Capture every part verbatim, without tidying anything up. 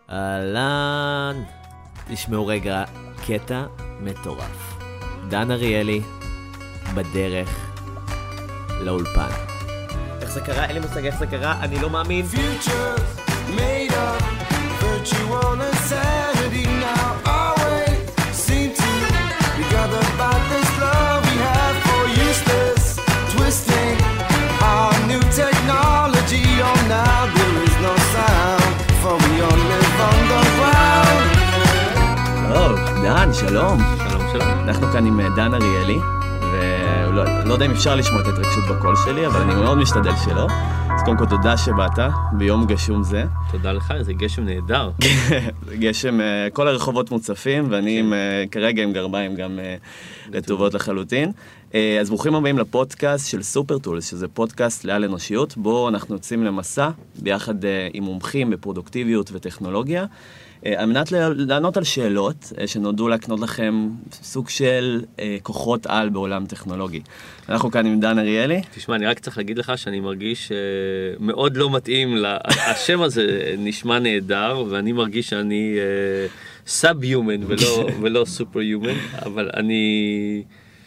אהלן, תשמעו רגע קטע מטורף. דן אריאלי בדרך לאולפן. איך זה קרה? אין לי מושג איך זה קרה, אני לא מאמין. Futures made up virtual insanity now always seem to be gathered by this love we have for useless twisting our new technology on now there is no sound for we all live on the ground. טוב, דן, שלום. שלום, שלום. אנחנו כאן עם דן אריאלי, ולא לא יודע אם אפשר לשמוע את התרגשות בקול שלי, אבל אני מאוד משתדל שלא. אז קודם כל תודה שבאת ביום גשום זה. תודה לך, זה גשם נהדר. גשם, כל הרחובות מוצפים, ואני עם, כרגע עם גרביים גם לטובות לחלוטין. אז ברוכים הבאים לפודקאסט של סופרטולס, שזה פודקאסט לעל אנושיות, בו אנחנו יוצאים למסע ביחד עם מומחים בפרודוקטיביות וטכנולוגיה, על מנת לענות על שאלות שנועדו להקנות לכם סוג של כוחות על בעולם טכנולוגי. אנחנו כאן עם דן אריאלי. תשמע, אני רק צריך להגיד לך שאני מרגיש מאוד לא מתאים, השם הזה נשמע נהדר, ואני מרגיש שאני סאב-יומן ולא סופר-יומן, אבל אני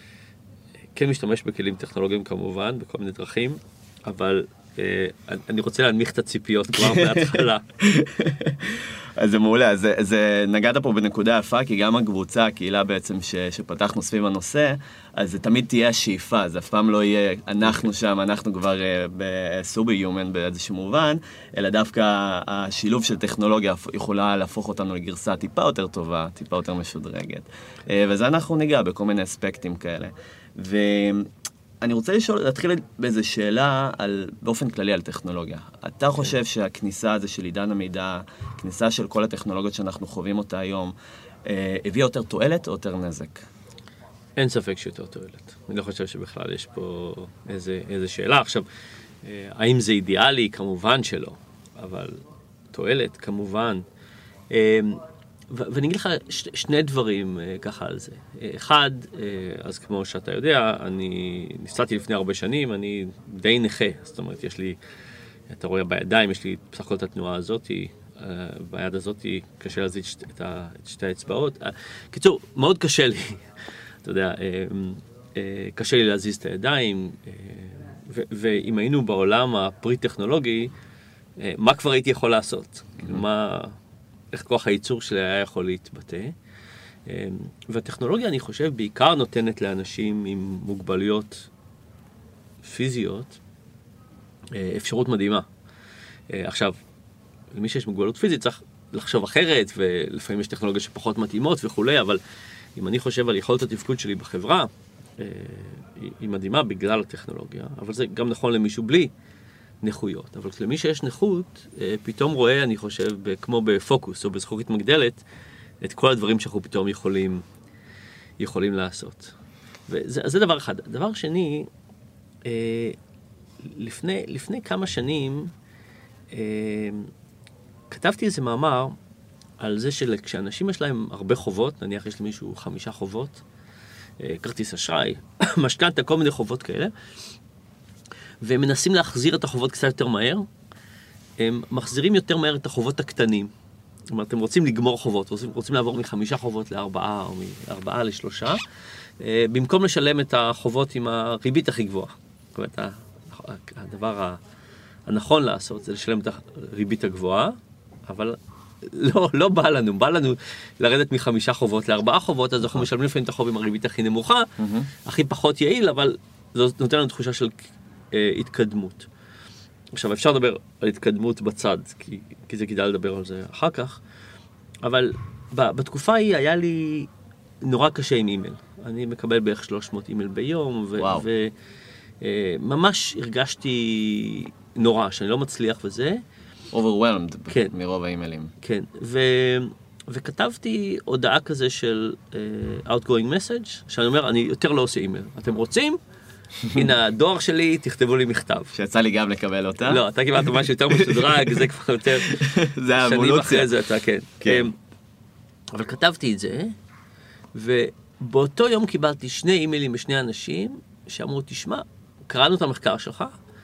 כן משתמש בכלים טכנולוגיים כמובן, בכל מיני דרכים, אבל אני רוצה להנמיך את הציפיות כבר מההתחלה. אז זה מעולה, אז זה, זה נגעת פה בנקודה יפה, כי גם הקבוצה, הקהילה בעצם ש, שפתחנו סביב הנושא, אז זה תמיד תהיה השאיפה, זה אף פעם לא יהיה אנחנו שם, אנחנו כבר uh, בסובי-יומן באיזשהו מובן, אלא דווקא השילוב של טכנולוגיה יכולה להפוך אותנו לגרסה טיפה יותר טובה, טיפה יותר משודרגת. Uh, וזה אנחנו ניגע בכל מיני אספקטים כאלה. ו... אני רוצה לשאול, להתחיל באיזו שאלה על, באופן כללי על טכנולוגיה. אתה חושב שהכניסה הזו של עידן המידע, כניסה של כל הטכנולוגיות שאנחנו חווים אותה היום, אה, הביאה יותר תועלת או יותר נזק? אין ספק שיותר תועלת. אני לא חושב שבכלל יש פה איזה, איזה שאלה. עכשיו, אה, האם זה אידיאלי? כמובן שלא. אבל תועלת, כמובן. אה, ואני אגיד לך ש- שני דברים uh, ככה על זה. Uh, אחד, uh, אז כמו שאתה יודע, אני ניסעתי לפני הרבה שנים, אני די נכה. זאת אומרת, יש לי, אתה רואה בידיים, יש לי בסך הכל את התנועה הזאת, uh, ביד הזאת קשה להזיז את, ה- את שתי האצבעות. Uh, קיצור, מאוד קשה לי, אתה יודע, uh, uh, קשה לי להזיז את הידיים, uh, ו- ואם היינו בעולם הפרי-טכנולוגי, uh, מה כבר הייתי יכול לעשות? Mm-hmm. מה... איך כוח הייצור שלי היה יכול להתבטא. והטכנולוגיה, אני חושב, בעיקר נותנת לאנשים עם מוגבלויות פיזיות אפשרות מדהימה. עכשיו, למי שיש מוגבלות פיזית צריך לחשוב אחרת, ולפעמים יש טכנולוגיה שפחות מתאימות וכו', אבל אם אני חושב על יכולת התפקוד שלי בחברה, היא מדהימה בגלל הטכנולוגיה, אבל זה גם נכון למישהו בלי נכויות. אבל למי שיש נכות, פתאום רואה, אני חושב, כמו בפוקוס או בזכוכית מגדלת, את כל הדברים שאנחנו פתאום יכולים, יכולים לעשות. וזה, זה דבר אחד. דבר שני, לפני, לפני כמה שנים, כתבתי איזה מאמר על זה שכשאנשים יש להם הרבה חובות, נניח יש למישהו חמישה חובות, כרטיס אשראי, משכנתא, כל מיני חובות כאלה, והם מנסים להחזיר את החובות קצת יותר מהר, הם מחזירים יותר מהר את החובות הקטנים. זאת אומרת, הם רוצים לגמור חובות, רוצים, רוצים לעבור מחמישה חובות לארבעה, או מארבעה לשלושה, במקום לשלם את החובות עם הריבית הכי גבוהה. זאת אומרת, הדבר הנכון לעשות זה לשלם את הריבית הגבוהה, אבל לא, לא בא לנו, בא לנו לרדת מחמישה חובות לארבעה חובות, אז אנחנו משלמים לפעמים את החוב עם הריבית הכי נמוכה, הכי פחות יעיל, אבל זאת נותן לנו תחושה של התקדמות. עכשיו, אפשר לדבר על התקדמות בצד, כי, כי זה כדאי לדבר על זה אחר כך, אבל בתקופה ההיא היה לי נורא קשה עם אימייל. אני מקבל בערך שלוש מאות אימייל ביום, וממש הרגשתי נורא, שאני לא מצליח וזה. overwhelmed כן. מרוב האימיילים. כן, ו... וכתבתי הודעה כזה של uh, outgoing message, שאני אומר, אני יותר לא עושה אימייל. אתם רוצים? הנה הדואר שלי, תכתבו לי מכתב. שיצא לי גם לקבל אותה. לא, אתה קיבלת משהו יותר משודרג, זה כבר יותר זה האבולוציה. שנים אחרי זה, אתה כן. כן. אבל כתבתי את זה, ובאותו יום קיבלתי שני אימיילים משני אנשים, שאמרו, תשמע, קראנו את המחקר שלך,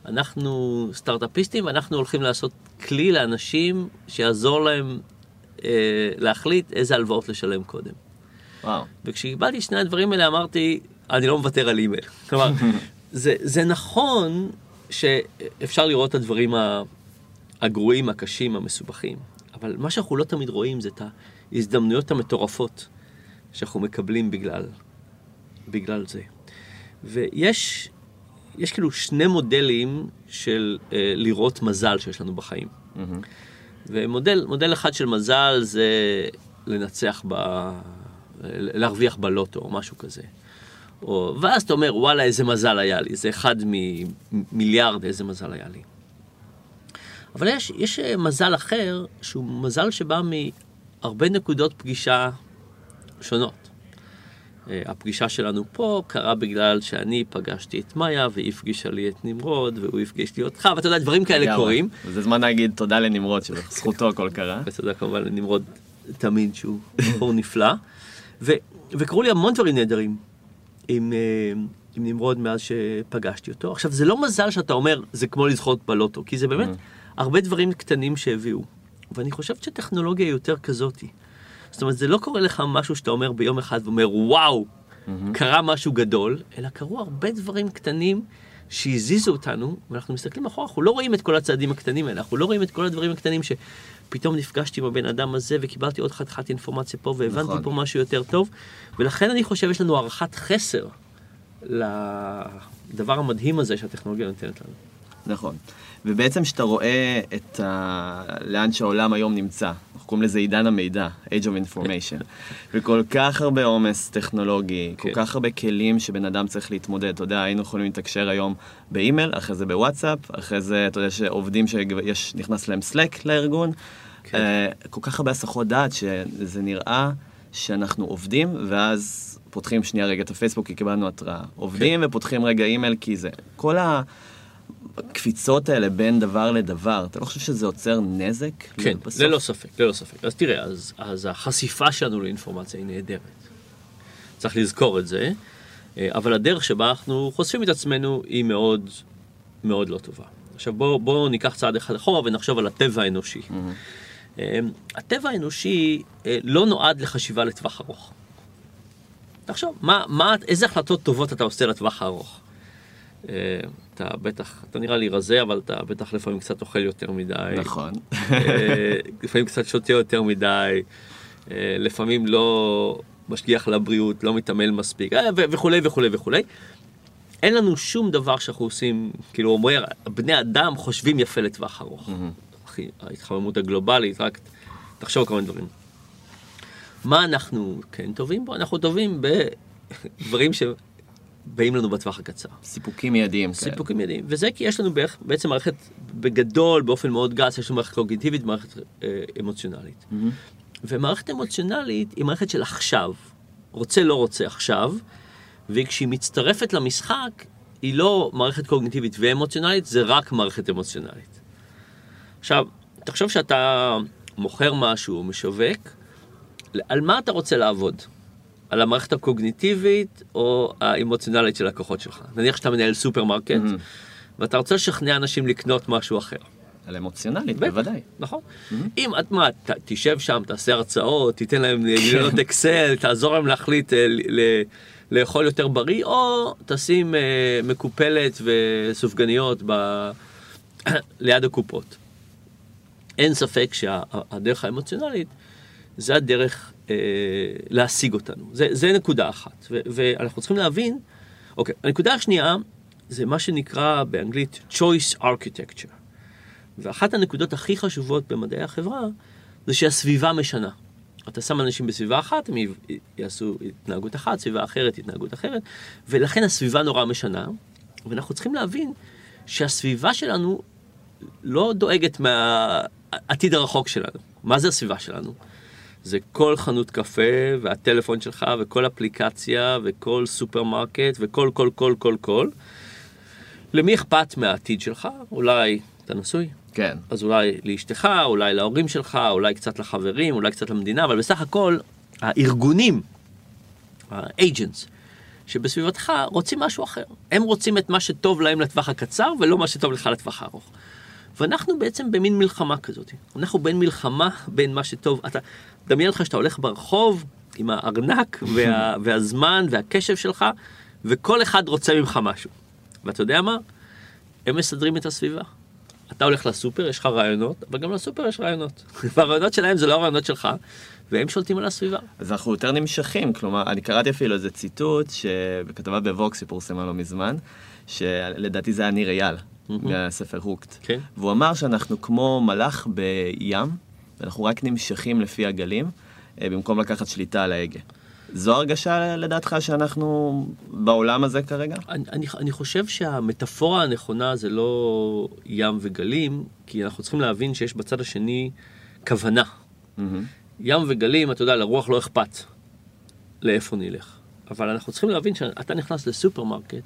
אנחנו סטארט-אפיסטים, ואנחנו הולכים לעשות כלי לאנשים שיעזור להם אה, להחליט איזה הלוואות לשלם קודם. וואו. וכשקיבלתי שני הדברים האלה אמרתי, אני לא מוותר על אימייל. כלומר, זה, זה נכון שאפשר לראות את הדברים הגרועים, הקשים, המסובכים, אבל מה שאנחנו לא תמיד רואים זה את ההזדמנויות המטורפות שאנחנו מקבלים בגלל, בגלל זה. ויש יש כאילו שני מודלים של אה, לראות מזל שיש לנו בחיים. Mm-hmm. ומודל מודל אחד של מזל זה לנצח, ב, להרוויח בלוטו או משהו כזה. או, ואז אתה אומר, וואלה, איזה מזל היה לי. זה אחד ממיליארד, איזה מזל היה לי. אבל יש, יש מזל אחר, שהוא מזל שבא מהרבה נקודות פגישה שונות. הפגישה שלנו פה קרה בגלל שאני פגשתי את מאיה, והיא הפגישה לי את נמרוד, והוא הפגיש לי אותך, ואתה יודע, דברים כאלה קורים. זה זמן להגיד תודה לנמרוד, שזכותו הכל קרה. ותודה כמובן לנמרוד תמיד, שהוא בחור נפלא. ו, וקראו לי המון דברים נהדרים עם, עם נמרוד מאז שפגשתי אותו. עכשיו, זה לא מזל שאתה אומר, זה כמו לזכות בלוטו, כי זה באמת הרבה דברים קטנים שהביאו. ואני חושבת שטכנולוגיה היא יותר כזאתי. זאת אומרת, זה לא קורה לך משהו שאתה אומר ביום אחד ואומר, וואו, mm-hmm. קרה משהו גדול, אלא קרו הרבה דברים קטנים שהזיזו אותנו, ואנחנו מסתכלים אחורה, אנחנו לא רואים את כל הצעדים הקטנים האלה, אנחנו לא רואים את כל הדברים הקטנים שפתאום נפגשתי עם הבן אדם הזה, וקיבלתי עוד חתיכת אינפורמציה פה, והבנתי נכון. פה משהו יותר טוב, ולכן אני חושב, יש לנו הערכת חסר לדבר המדהים הזה שהטכנולוגיה נותנת לנו. נכון. ובעצם שאתה רואה את ה... לאן שהעולם היום נמצא, אנחנו קוראים לזה עידן המידע, Age of Information, וכל כך הרבה עומס טכנולוגי, כל כך הרבה כלים שבן אדם צריך להתמודד, אתה יודע, היינו יכולים להתקשר היום באימייל, אחרי זה בוואטסאפ, אחרי זה, אתה יודע, שעובדים שיש, נכנס להם Slack לארגון, כל כך הרבה הסחות דעת שזה נראה שאנחנו עובדים, ואז פותחים שנייה רגע את הפייסבוק, כי קיבלנו התראה, עובדים ופותחים רגע אימייל, כי זה כל ה... הקפיצות האלה בין דבר לדבר, אתה לא חושב שזה עוצר נזק? כן, ללא ספק, ללא ספק. אז תראה, אז, אז החשיפה שלנו לאינפורמציה היא נהדרת. צריך לזכור את זה, אבל הדרך שבה אנחנו חושפים את עצמנו היא מאוד, מאוד לא טובה. עכשיו בואו בוא ניקח צעד אחד אחורה ונחשוב על הטבע האנושי. Mm-hmm. הטבע האנושי לא נועד לחשיבה לטווח ארוך. תחשוב, מה, מה, איזה החלטות טובות אתה עושה לטווח הארוך? אתה בטח, אתה נראה לי רזה, אבל אתה בטח לפעמים קצת אוכל יותר מדי. נכון. לפעמים קצת שותה יותר מדי, לפעמים לא משגיח לבריאות, לא מתעמל מספיק, וכולי וכולי וכולי. אין לנו שום דבר שאנחנו עושים, כאילו אומר, בני אדם חושבים יפה לטווח ארוך. אחי, ההתחממות הגלובלית, רק תחשוב כמה דברים. מה אנחנו כן טובים בו? אנחנו טובים בדברים ש... באים לנו בטווח הקצר. סיפוקים מיידיים. סיפוקים מיידיים. וזה כי יש לנו בעצם מערכת בגדול, באופן מאוד גס, יש לנו מערכת קוגניטיבית, מערכת אה, אמוציונלית. Mm-hmm. ומערכת אמוציונלית היא מערכת של עכשיו. רוצה, לא רוצה עכשיו. וכשהיא מצטרפת למשחק, היא לא מערכת קוגניטיבית ואמוציונלית, זה רק מערכת אמוציונלית. עכשיו, תחשוב שאתה מוכר משהו, משווק, על מה אתה רוצה לעבוד? על המערכת הקוגניטיבית או האמוציונלית של לקוחות שלך. נניח שאתה מנהל סופרמרקט, mm-hmm. ואתה רוצה לשכנע אנשים לקנות משהו אחר. על אמוציונלית, בוודאי. נכון. Mm-hmm. אם את מה, ת, תשב שם, תעשה הרצאות, תיתן להם לראות אקסל, תעזור להם להחליט ל, ל, לאכול יותר בריא, או תשים uh, מקופלת וסופגניות ב, ליד הקופות. אין ספק שהדרך האמוציונלית זה הדרך אה, להשיג אותנו. זה, זה נקודה אחת. ו, ואנחנו צריכים להבין, אוקיי, הנקודה השנייה זה מה שנקרא באנגלית choice architecture. ואחת הנקודות הכי חשובות במדעי החברה זה שהסביבה משנה. אתה שם אנשים בסביבה אחת, הם יעשו התנהגות אחת, סביבה אחרת, התנהגות אחרת, ולכן הסביבה נורא משנה, ואנחנו צריכים להבין שהסביבה שלנו לא דואגת מהעתיד הרחוק שלנו. מה זה הסביבה שלנו? זה כל חנות קפה, והטלפון שלך, וכל אפליקציה, וכל סופרמרקט, וכל, כל, כל, כל, כל. למי אכפת מהעתיד שלך? אולי אתה נשוי? כן. אז אולי לאשתך, אולי להורים שלך, אולי קצת לחברים, אולי קצת למדינה, אבל בסך הכל, הארגונים, ה-agents, שבסביבתך רוצים משהו אחר. הם רוצים את מה שטוב להם לטווח הקצר, ולא מה שטוב לך לטווח הארוך. ואנחנו בעצם במין מלחמה כזאת. אנחנו בין מלחמה, בין מה שטוב. אתה, דמיין לך שאתה הולך ברחוב, עם הארנק, וה, והזמן, והקשב שלך, וכל אחד רוצה ממך משהו. ואתה יודע מה? הם מסדרים את הסביבה. אתה הולך לסופר, יש לך רעיונות, אבל גם לסופר יש רעיונות. והרעיונות שלהם זה לא הרעיונות שלך, והם שולטים על הסביבה. אז אנחנו יותר נמשכים, כלומר, אני קראתי אפילו איזה ציטוט, שבכתבה בווקס שפורסמה לא מזמן, שלדעתי זה היה ניר אייל, מהספר הוקט. כן. והוא אמר שאנחנו כמו מלאך בים, ואנחנו רק נמשכים לפי הגלים, במקום לקחת שליטה על ההגה. זו הרגשה לדעתך שאנחנו בעולם הזה כרגע? אני, אני, אני חושב שהמטאפורה הנכונה זה לא ים וגלים, כי אנחנו צריכים להבין שיש בצד השני כוונה. Mm-hmm. ים וגלים, אתה יודע, לרוח לא אכפת לאיפה נלך. אבל אנחנו צריכים להבין שאתה נכנס לסופרמרקט,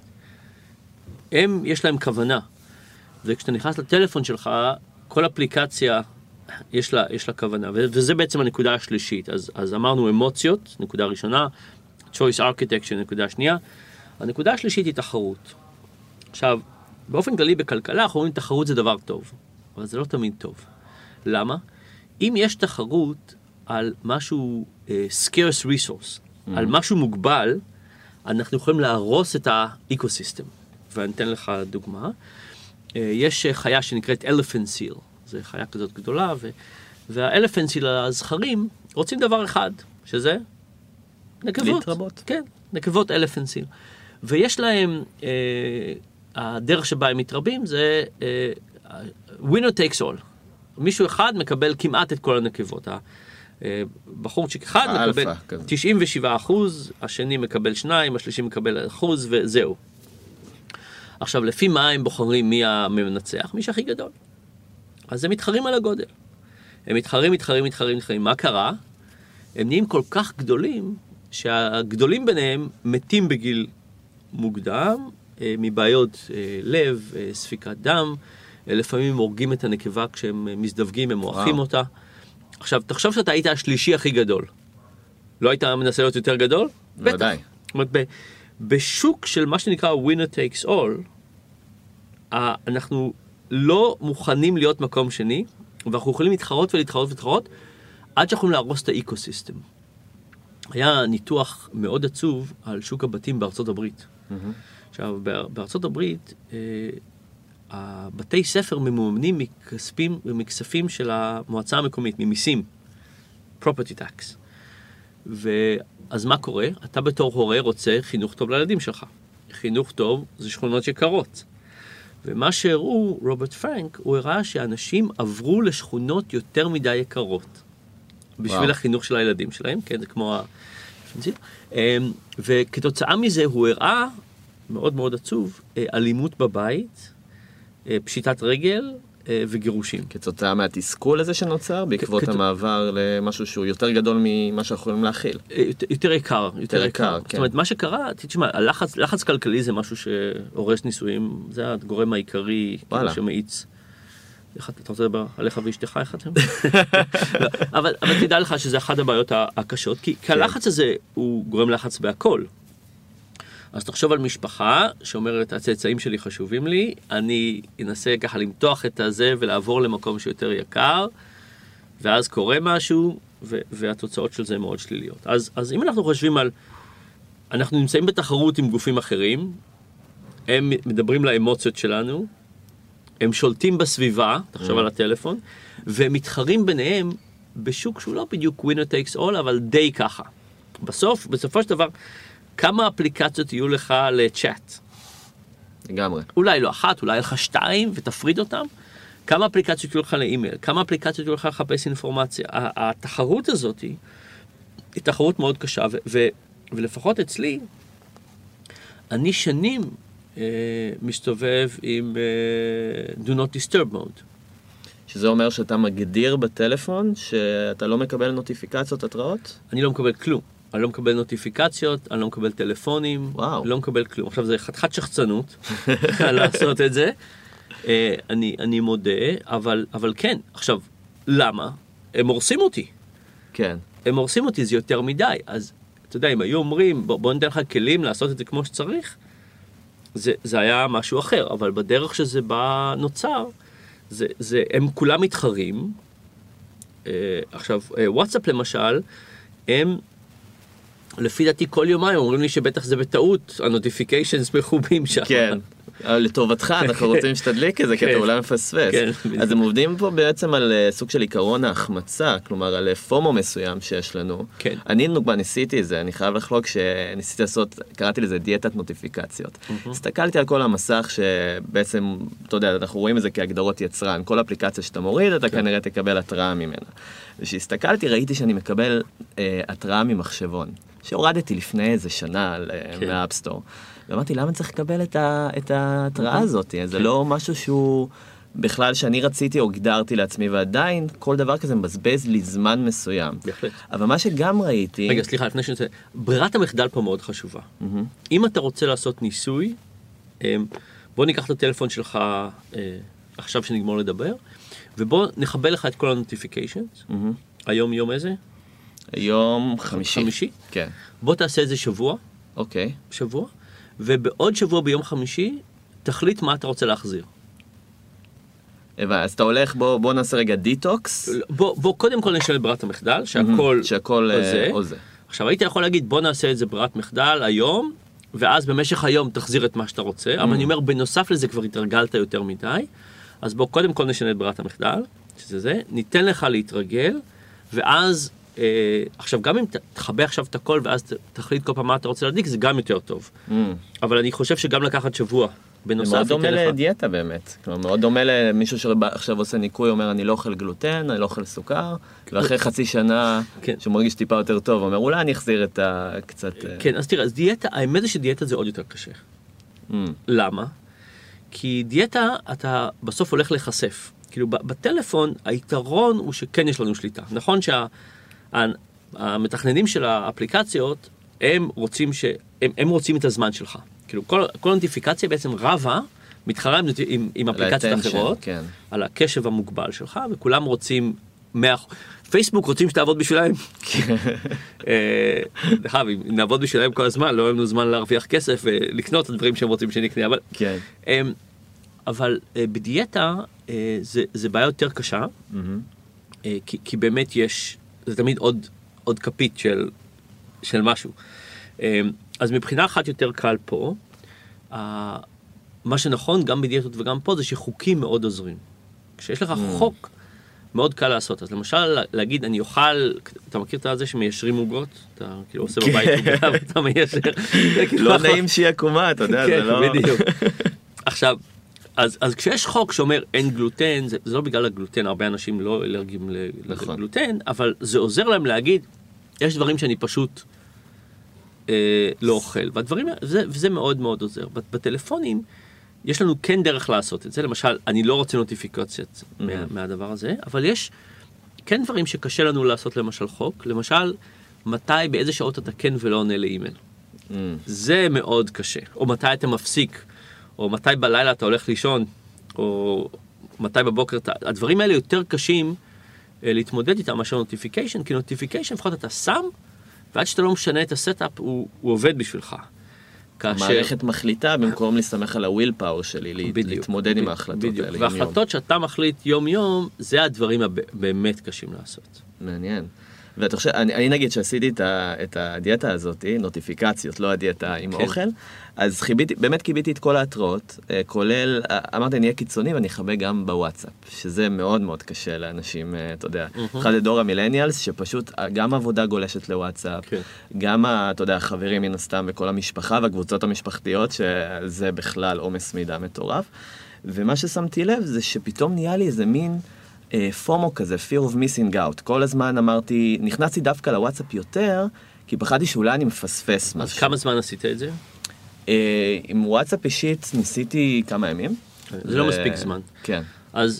הם, יש להם כוונה. וכשאתה נכנס לטלפון שלך, כל אפליקציה יש לה, יש לה כוונה. וזה בעצם הנקודה השלישית. אז, אז אמרנו אמוציות, נקודה ראשונה, choice architecture, נקודה שנייה. הנקודה השלישית היא תחרות. עכשיו, באופן כללי בכלכלה, אנחנו אומרים תחרות זה דבר טוב. אבל זה לא תמיד טוב. למה? אם יש תחרות על משהו uh, scarce resource, mm-hmm. על משהו מוגבל, אנחנו יכולים להרוס את האקוסיסטם. ואני אתן לך דוגמה. Uh, יש חיה שנקראת elephant seal. זו חיה כזאת גדולה, ו... והאלפנט seal הזכרים רוצים דבר אחד, שזה נקבות. להתרבות. כן, נקבות elephant seal. ויש להם, uh, הדרך שבה הם מתרבים זה uh, winner takes all. מישהו אחד מקבל כמעט את כל הנקבות. בחורצ'יק אחד מקבל תשעים ושבעה אחוז, השני מקבל שניים, השלישי מקבל אחוז, וזהו. עכשיו, לפי מה הם בוחרים מי המנצח? מי שהכי גדול. אז הם מתחרים על הגודל. הם מתחרים, מתחרים, מתחרים, מתחרים. מה קרה? הם נהיים כל כך גדולים, שהגדולים ביניהם מתים בגיל מוקדם, מבעיות לב, ספיקת דם, לפעמים הם הורגים את הנקבה כשהם מזדווגים, הם מועכים אותה. עכשיו, תחשוב שאתה היית השלישי הכי גדול. לא היית מנסה להיות יותר גדול? בוודאי. זאת אומרת, בשוק של מה שנקרא winner takes all, אנחנו לא מוכנים להיות מקום שני, ואנחנו יכולים להתחרות ולהתחרות ולהתחרות, עד שאנחנו יכולים להרוס את האקוסיסטם. היה ניתוח מאוד עצוב על שוק הבתים בארצות הברית. עכשיו, בארצות הברית, הבתי ספר ממומנים מכספים ומכספים של המועצה המקומית, ממיסים, property tax. ואז מה קורה? אתה בתור הורה רוצה חינוך טוב לילדים שלך. חינוך טוב זה שכונות יקרות. ומה שהראו רוברט פרנק, הוא הראה שאנשים עברו לשכונות יותר מדי יקרות. בשביל וואו. החינוך של הילדים שלהם, כן, זה כמו ה... וכתוצאה מזה הוא הראה, מאוד מאוד עצוב, אלימות בבית, פשיטת רגל וגירושים. כתוצאה מהתסכול הזה שנוצר, בעקבות כת... המעבר למשהו שהוא יותר גדול ממה שאנחנו יכולים להכיל. יותר יקר, יותר יקר. כן. זאת אומרת, מה שקרה, תשמע, הלחץ, לחץ כלכלי זה משהו שהורס נישואים, זה הגורם העיקרי כאילו שמאיץ. אתה רוצה לדבר עליך ואשתך אחד? לא, אבל, אבל תדע לך שזה אחת הבעיות הקשות, כי, כי הלחץ הזה הוא גורם לחץ בהכל. אז תחשוב על משפחה שאומרת, הצאצאים שלי חשובים לי, אני אנסה ככה למתוח את הזה ולעבור למקום שיותר יקר, ואז קורה משהו, ו- והתוצאות של זה מאוד שליליות. אז, אז אם אנחנו חושבים על, אנחנו נמצאים בתחרות עם גופים אחרים, הם מדברים לאמוציות שלנו, הם שולטים בסביבה, תחשוב על הטלפון, והם מתחרים ביניהם בשוק שהוא לא בדיוק winner takes all, אבל די ככה. בסוף, בסופו של דבר, כמה אפליקציות יהיו לך לצ'אט? לגמרי. אולי לא אחת, אולי לך שתיים, ותפריד אותם. כמה אפליקציות יהיו לך לאימייל? כמה אפליקציות יהיו לך לחפש אינפורמציה? התחרות הזאת היא, היא תחרות מאוד קשה, ו- ו- ולפחות אצלי, אני שנים אה, מסתובב עם אה, do not disturb mode. שזה אומר שאתה מגדיר בטלפון שאתה לא מקבל נוטיפיקציות, התראות? אני לא מקבל כלום. אני לא מקבל נוטיפיקציות, אני לא מקבל טלפונים, וואו. לא מקבל כלום. עכשיו זה חתיכת שחצנות לעשות את זה. אני, אני מודה, אבל, אבל כן. עכשיו, למה? הם הורסים אותי. כן. הם הורסים אותי, זה יותר מדי. אז אתה יודע, אם היו אומרים, בוא, בוא ניתן לך כלים לעשות את זה כמו שצריך, זה, זה היה משהו אחר, אבל בדרך שזה בא נוצר, זה, זה, הם כולם מתחרים. אה, עכשיו, אה, וואטסאפ למשל, הם, לפי דעתי כל יומיים אומרים לי שבטח זה בטעות, הנוטיפיקיישנס מחובים שם. כן. לטובתך, אנחנו רוצים שתדליק את זה, כי אתה אולי מפספס. אז הם עובדים פה בעצם על סוג של עיקרון ההחמצה, כלומר על פומו מסוים שיש לנו. אני נוגמה ניסיתי את זה, אני חייב לחלוק שניסיתי לעשות, קראתי לזה דיאטת נוטיפיקציות. הסתכלתי על כל המסך שבעצם, אתה יודע, אנחנו רואים את זה כהגדרות יצרן, כל אפליקציה שאתה מוריד, אתה כנראה תקבל התראה ממנה. ושהסתכלתי, ראיתי שאני מקבל התראה ממחשבון, שהורדתי לפני איזה שנה מהאפסטור. ואמרתי, למה צריך לקבל את ההתראה הזאת? זה לא משהו שהוא בכלל שאני רציתי או הגדרתי לעצמי, ועדיין כל דבר כזה מבזבז לי זמן מסוים. בהחלט. אבל מה שגם ראיתי... רגע, סליחה, לפני שאני... ברירת המחדל פה מאוד חשובה. אם אתה רוצה לעשות ניסוי, בוא ניקח את הטלפון שלך עכשיו שנגמור לדבר, ובוא נחבל לך את כל הנוטיפיקיישנס. היום יום איזה? היום חמישי. חמישי? כן. בוא תעשה איזה שבוע. אוקיי. שבוע. ובעוד שבוע ביום חמישי, תחליט מה אתה רוצה להחזיר. אז אתה הולך, בוא, בוא נעשה רגע דיטוקס. בוא, בוא קודם כל נשאל את ברירת המחדל, שהכל, שהכל או זה. או זה. עכשיו, הייתי יכול להגיד, בוא נעשה את זה ברירת מחדל היום, ואז במשך היום תחזיר את מה שאתה רוצה, אבל אני אומר, בנוסף לזה כבר התרגלת יותר מדי, אז בוא קודם כל נשנה את ברירת המחדל, שזה זה, ניתן לך להתרגל, ואז, אה, עכשיו, גם אם תחבא עכשיו את הכל, ואז תחליט כל פעם מה אתה רוצה להדליק, זה גם יותר טוב. Mm. אבל אני חושב שגם לקחת שבוע, בנוסף, מאוד דומה לדיאטה באמת. כלומר, מאוד דומה למישהו שעכשיו עושה ניקוי, אומר, אני לא אוכל גלוטן, אני לא אוכל סוכר, ואחרי חצי שנה, שהוא מרגיש טיפה יותר טוב, אומר, אולי אני אחזיר את הקצת... כן, אז תראה, אז דיאטה, האמת היא שדיאטה זה עוד יותר קשה. למה? כי דיאטה, אתה בסוף הולך לחשף. כאילו, בטלפון, היתרון הוא שכן יש לנו שליטה. נכון שהמתכננים של האפליקציות, הם רוצים ש... הם, הם רוצים את הזמן שלך. כאילו, כל, כל נוטיפיקציה בעצם רבה, מתחרה עם, עם, עם אפליקציות אחרות, כן. על הקשב המוגבל שלך, וכולם רוצים, מאה... פייסבוק רוצים שתעבוד בשבילהם. דרך אגב, אם נעבוד בשבילהם כל הזמן, לא לנו זמן להרוויח כסף ולקנות את הדברים שהם רוצים שנקנה, אבל... כן. אבל בדיאטה זה, זה בעיה יותר קשה, כי, כי באמת יש, זה תמיד עוד, עוד כפית של, של משהו. אז מבחינה אחת יותר קל פה, מה שנכון גם בדיאטות וגם פה זה שחוקים מאוד עוזרים. כשיש לך חוק, מאוד קל לעשות. אז למשל, להגיד, אני אוכל, אתה מכיר את זה שמיישרים עוגות? אתה כאילו עושה בבית עוגה ואתה מיישר. לא נעים שהיא עקומה, אתה יודע, זה לא... כן, בדיוק. עכשיו, אז, אז כשיש חוק שאומר אין גלוטן, זה, זה לא בגלל הגלוטן, הרבה אנשים לא אלרגיים לגלוטן, אבל זה עוזר להם להגיד, יש דברים שאני פשוט אה, לא אוכל, והדברים, זה, וזה מאוד מאוד עוזר. בטלפונים, יש לנו כן דרך לעשות את זה, למשל, אני לא רוצה נוטיפיקציות mm-hmm. מה, מהדבר הזה, אבל יש כן דברים שקשה לנו לעשות למשל חוק, למשל, מתי, באיזה שעות אתה כן ולא עונה לאימייל. Mm-hmm. זה מאוד קשה. או מתי אתה מפסיק, או מתי בלילה אתה הולך לישון, או מתי בבוקר, אתה... הדברים האלה יותר קשים אה, להתמודד איתם מאשר נוטיפיקיישן, כי נוטיפיקיישן, לפחות אתה שם, ועד שאתה לא משנה את הסטאפ, הוא, הוא עובד בשבילך. כאשר... המערכת מחליטה במקום להסתמך על הוויל פאוור שלי, בדיוק, להתמודד בדיוק, עם ההחלטות בדיוק. האלה. וההחלטות שאתה מחליט יום-יום, זה הדברים הבאמת קשים לעשות. מעניין. ואתה חושב, אני, אני נגיד שעשיתי את, ה, את הדיאטה הזאת, נוטיפיקציות, לא הדיאטה עם כן. אוכל, אז חיביתי, באמת קיביתי את כל ההתראות, כולל, אמרתי, אני אהיה קיצוני ואני אחבא גם בוואטסאפ, שזה מאוד מאוד קשה לאנשים, אתה יודע, mm-hmm. אחד לדור המילניאלס, שפשוט גם עבודה גולשת לוואטסאפ, כן. גם, אתה יודע, החברים מן הסתם וכל המשפחה והקבוצות המשפחתיות, שזה בכלל עומס מידע מטורף, ומה ששמתי לב זה שפתאום נהיה לי איזה מין, פומו כזה, fear of missing out. כל הזמן אמרתי, נכנסתי דווקא לוואטסאפ יותר, כי פחדתי שאולי אני מפספס משהו. אז כמה זמן עשית את זה? עם וואטסאפ אישית ניסיתי כמה ימים. זה לא מספיק זמן. כן. אז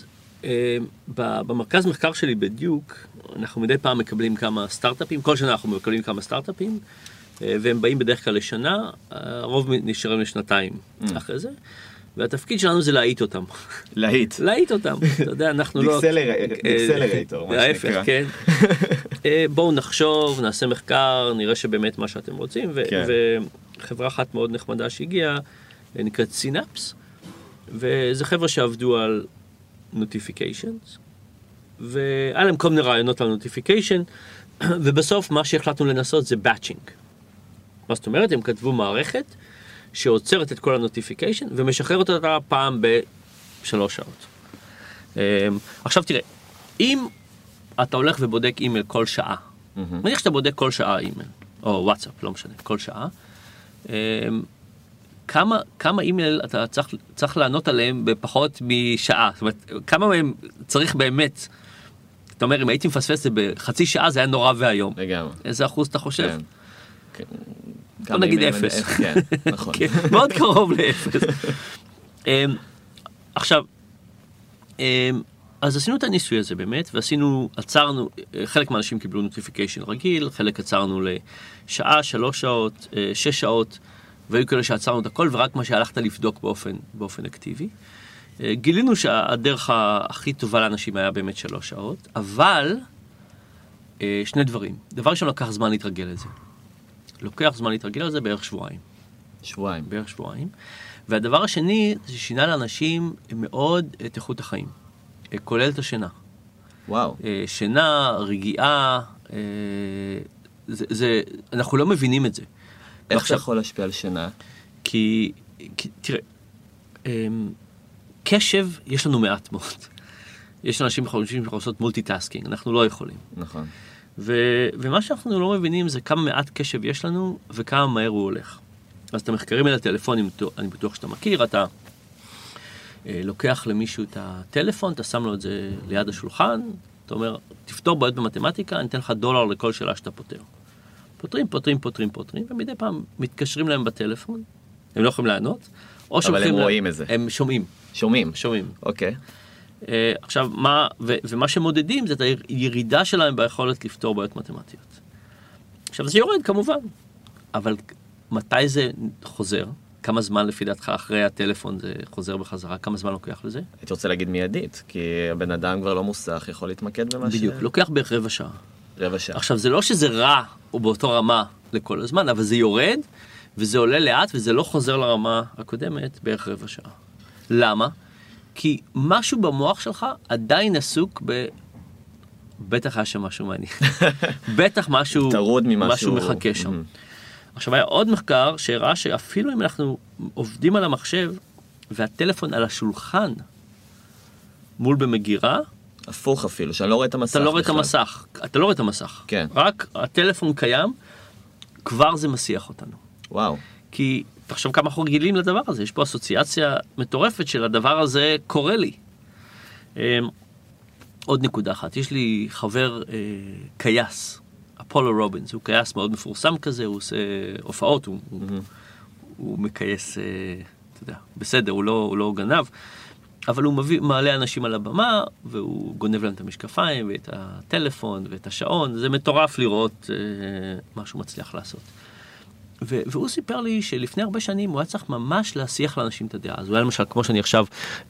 במרכז מחקר שלי בדיוק, אנחנו מדי פעם מקבלים כמה סטארט-אפים, כל שנה אנחנו מקבלים כמה סטארט-אפים, והם באים בדרך כלל לשנה, הרוב נשארים לשנתיים אחרי זה. והתפקיד שלנו זה להעיט אותם. להיט. להעיט אותם. אתה יודע, אנחנו לא... דיקסלרייטור, מה ההפך, שנקרא. כן. בואו נחשוב, נעשה מחקר, נראה שבאמת מה שאתם רוצים, וחברה אחת מאוד נחמדה שהגיעה, נקראת סינאפס, וזה חבר'ה שעבדו על notifications, והיה להם כל מיני רעיונות על notification, ובסוף מה שהחלטנו לנסות זה batching. מה זאת אומרת? הם כתבו מערכת שעוצרת את כל הנוטיפיקיישן ומשחררת אותה פעם בשלוש שעות. עכשיו תראה, אם אתה הולך ובודק אימייל כל שעה, מניח שאתה בודק כל שעה אימייל, או וואטסאפ, לא משנה, כל שעה, כמה, כמה אימייל אתה צריך, צריך לענות עליהם בפחות משעה? זאת אומרת, כמה מהם צריך באמת, אתה אומר, אם הייתי מפספס את זה בחצי שעה, זה היה נורא והיום. לגמרי. איזה אחוז אתה חושב? כן. בוא נגיד אפס. כן, נכון. מאוד קרוב לאפס. עכשיו, אז עשינו את הניסוי הזה באמת, ועשינו, עצרנו, חלק מהאנשים קיבלו נוטיפיקיישן רגיל, חלק עצרנו לשעה, שלוש שעות, שש שעות, והיו כאלה שעצרנו את הכל, ורק מה שהלכת לבדוק באופן, באופן אקטיבי. גילינו שהדרך הכי טובה לאנשים היה באמת שלוש שעות, אבל שני דברים. דבר ראשון, לקח זמן להתרגל לזה. לוקח זמן להתרגל על זה בערך שבועיים. שבועיים. בערך שבועיים. והדבר השני, זה שינה לאנשים מאוד את איכות החיים. כולל את השינה. וואו. שינה, רגיעה, זה, זה, אנחנו לא מבינים את זה. איך זה יכול להשפיע על שינה? כי, כי תראה, קשב יש לנו מעט מאוד. יש אנשים חושבים שיכולים לעשות מולטיטאסקינג, אנחנו לא יכולים. נכון. ו- ומה שאנחנו לא מבינים זה כמה מעט קשב יש לנו וכמה מהר הוא הולך. אז את המחקרים על הטלפונים, אני בטוח שאתה מכיר, אתה אה, לוקח למישהו את הטלפון, אתה שם לו את זה ליד השולחן, אתה אומר, תפתור בעיות במתמטיקה, אני אתן לך דולר לכל שאלה שאתה פותר. פותרים, פותרים, פותרים, פותרים, ומדי פעם מתקשרים להם בטלפון, הם לא יכולים לענות, או אבל הם רואים להם, את זה. הם שומעים. שומעים? שומעים. אוקיי. Uh, עכשיו, מה, ו, ומה שמודדים זה את הירידה שלהם ביכולת לפתור בעיות מתמטיות. עכשיו, זה יורד כמובן, אבל מתי זה חוזר? כמה זמן לפי דעתך אחרי הטלפון זה חוזר בחזרה? כמה זמן לוקח לזה? הייתי רוצה להגיד מיידית, כי הבן אדם כבר לא מוסך, יכול להתמקד במה ש... בדיוק, לוקח בערך רבע שעה. רבע שעה. עכשיו, זה לא שזה רע או באותו רמה לכל הזמן, אבל זה יורד, וזה עולה לאט, וזה לא חוזר לרמה הקודמת בערך רבע שעה. למה? כי משהו במוח שלך עדיין עסוק ב... בטח היה שם משהו מעניין. בטח משהו... טרוד ממשהו... משהו מחכה שם. עכשיו, היה עוד מחקר שהראה שאפילו אם אנחנו עובדים על המחשב, והטלפון על השולחן, מול במגירה... הפוך אפילו, שאני לא רואה את המסך. אתה לא רואה את המסך. אתה לא רואה את המסך. כן. רק הטלפון קיים, כבר זה מסיח אותנו. וואו. כי... תחשוב כמה אנחנו רגילים לדבר הזה, יש פה אסוציאציה מטורפת של הדבר הזה קורה לי. עוד נקודה אחת, יש לי חבר קייס, אפולו רובינס, הוא קייס מאוד מפורסם כזה, הוא עושה הופעות, הוא, mm-hmm. הוא, הוא מקייס, אתה יודע, בסדר, הוא לא, הוא לא גנב, אבל הוא מביא, מעלה אנשים על הבמה, והוא גונב להם את המשקפיים, ואת הטלפון, ואת השעון, זה מטורף לראות מה שהוא מצליח לעשות. והוא סיפר לי שלפני הרבה שנים הוא היה צריך ממש להסיח לאנשים את הדעה. אז הוא היה למשל, כמו שאני עכשיו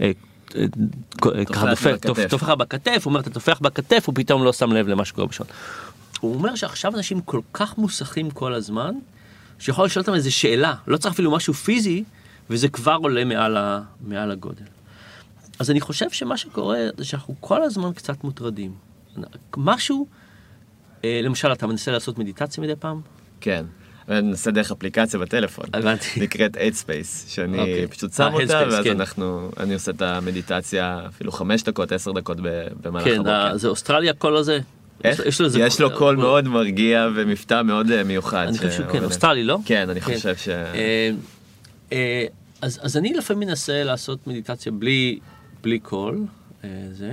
תופח בכתף, הוא אומר, אתה תופח בכתף, הוא פתאום לא שם לב למה שקורה בשעון. הוא אומר שעכשיו אנשים כל כך מוסכים כל הזמן, שיכול לשאול אותם איזו שאלה, לא צריך אפילו משהו פיזי, וזה כבר עולה מעל הגודל. אז אני חושב שמה שקורה זה שאנחנו כל הזמן קצת מוטרדים. משהו, למשל, אתה מנסה לעשות מדיטציה מדי פעם? כן. ננסה דרך אפליקציה בטלפון. הבנתי. נקראת Headspace, שאני פשוט שם אותה, ואז אנחנו, אני עושה את המדיטציה אפילו חמש דקות, עשר דקות במהלך הבוקר. כן, זה אוסטרליה כל הזה. איך? יש לו קול מאוד מרגיע ומבטא מאוד מיוחד. אני חושב שהוא כן, אוסטרלי, לא? כן, אני חושב ש... אז אני לפעמים מנסה לעשות מדיטציה בלי קול, זה.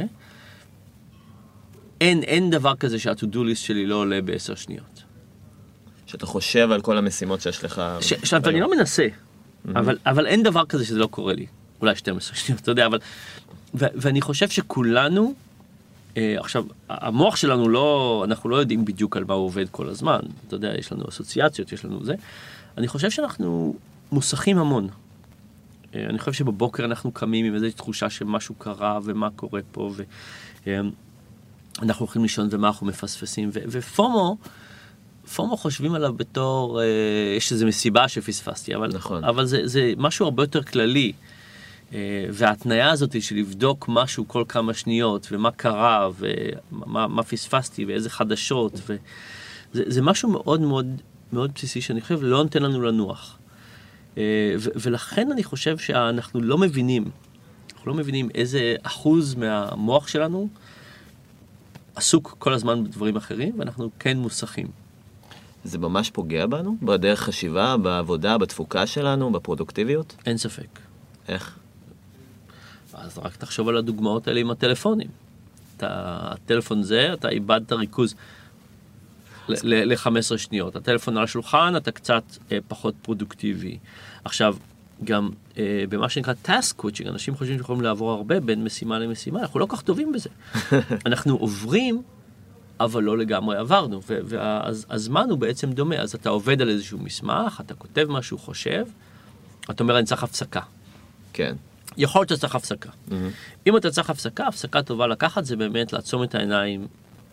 אין דבר כזה שה-to-do list שלי לא עולה בעשר שניות. שאתה חושב על כל המשימות שיש לך... עכשיו, אני לא מנסה, אבל אין דבר כזה שזה לא קורה לי. אולי שתים עשרה שניות, אתה יודע, אבל... ואני חושב שכולנו, עכשיו, המוח שלנו לא, אנחנו לא יודעים בדיוק על מה הוא עובד כל הזמן. אתה יודע, יש לנו אסוציאציות, יש לנו זה. אני חושב שאנחנו מוסכים המון. אני חושב שבבוקר אנחנו קמים עם איזו תחושה שמשהו קרה ומה קורה פה, ואנחנו הולכים לישון ומה אנחנו מפספסים, ו- ופומו, פומו חושבים עליו בתור, אה, יש איזו מסיבה שפספסתי, אבל, נכון. אבל זה, זה משהו הרבה יותר כללי. אה, וההתניה הזאת של לבדוק משהו כל כמה שניות, ומה קרה, ומה מה פספסתי, ואיזה חדשות, וזה, זה משהו מאוד מאוד, מאוד בסיסי, שאני חושב לא נותן לנו לנוח. אה, ו- ולכן אני חושב שאנחנו לא מבינים, אנחנו לא מבינים איזה אחוז מהמוח שלנו עסוק כל הזמן בדברים אחרים, ואנחנו כן מוסכים. זה ממש פוגע בנו? בדרך חשיבה, בעבודה, בתפוקה שלנו, בפרודוקטיביות? אין ספק. איך? אז רק תחשוב על הדוגמאות האלה עם הטלפונים. אתה, הטלפון זה, אתה איבדת ריכוז ל-חמש עשרה שניות. הטלפון על השולחן, אתה קצת אה, פחות פרודוקטיבי. עכשיו, גם אה, במה שנקרא task switching, אנשים חושבים שיכולים לעבור הרבה בין משימה למשימה, אנחנו לא כך טובים בזה. אנחנו עוברים, אבל לא לגמרי עברנו, והזמן הוא בעצם דומה. אז אתה עובד על איזשהו מסמך, אתה כותב משהו, חושב, אתה אומר, אני צריך הפסקה. כן. יכול להיות שאתה צריך הפסקה. Mm-hmm. אם אתה צריך הפסקה, הפסקה טובה לקחת, זה באמת לעצום את העיניים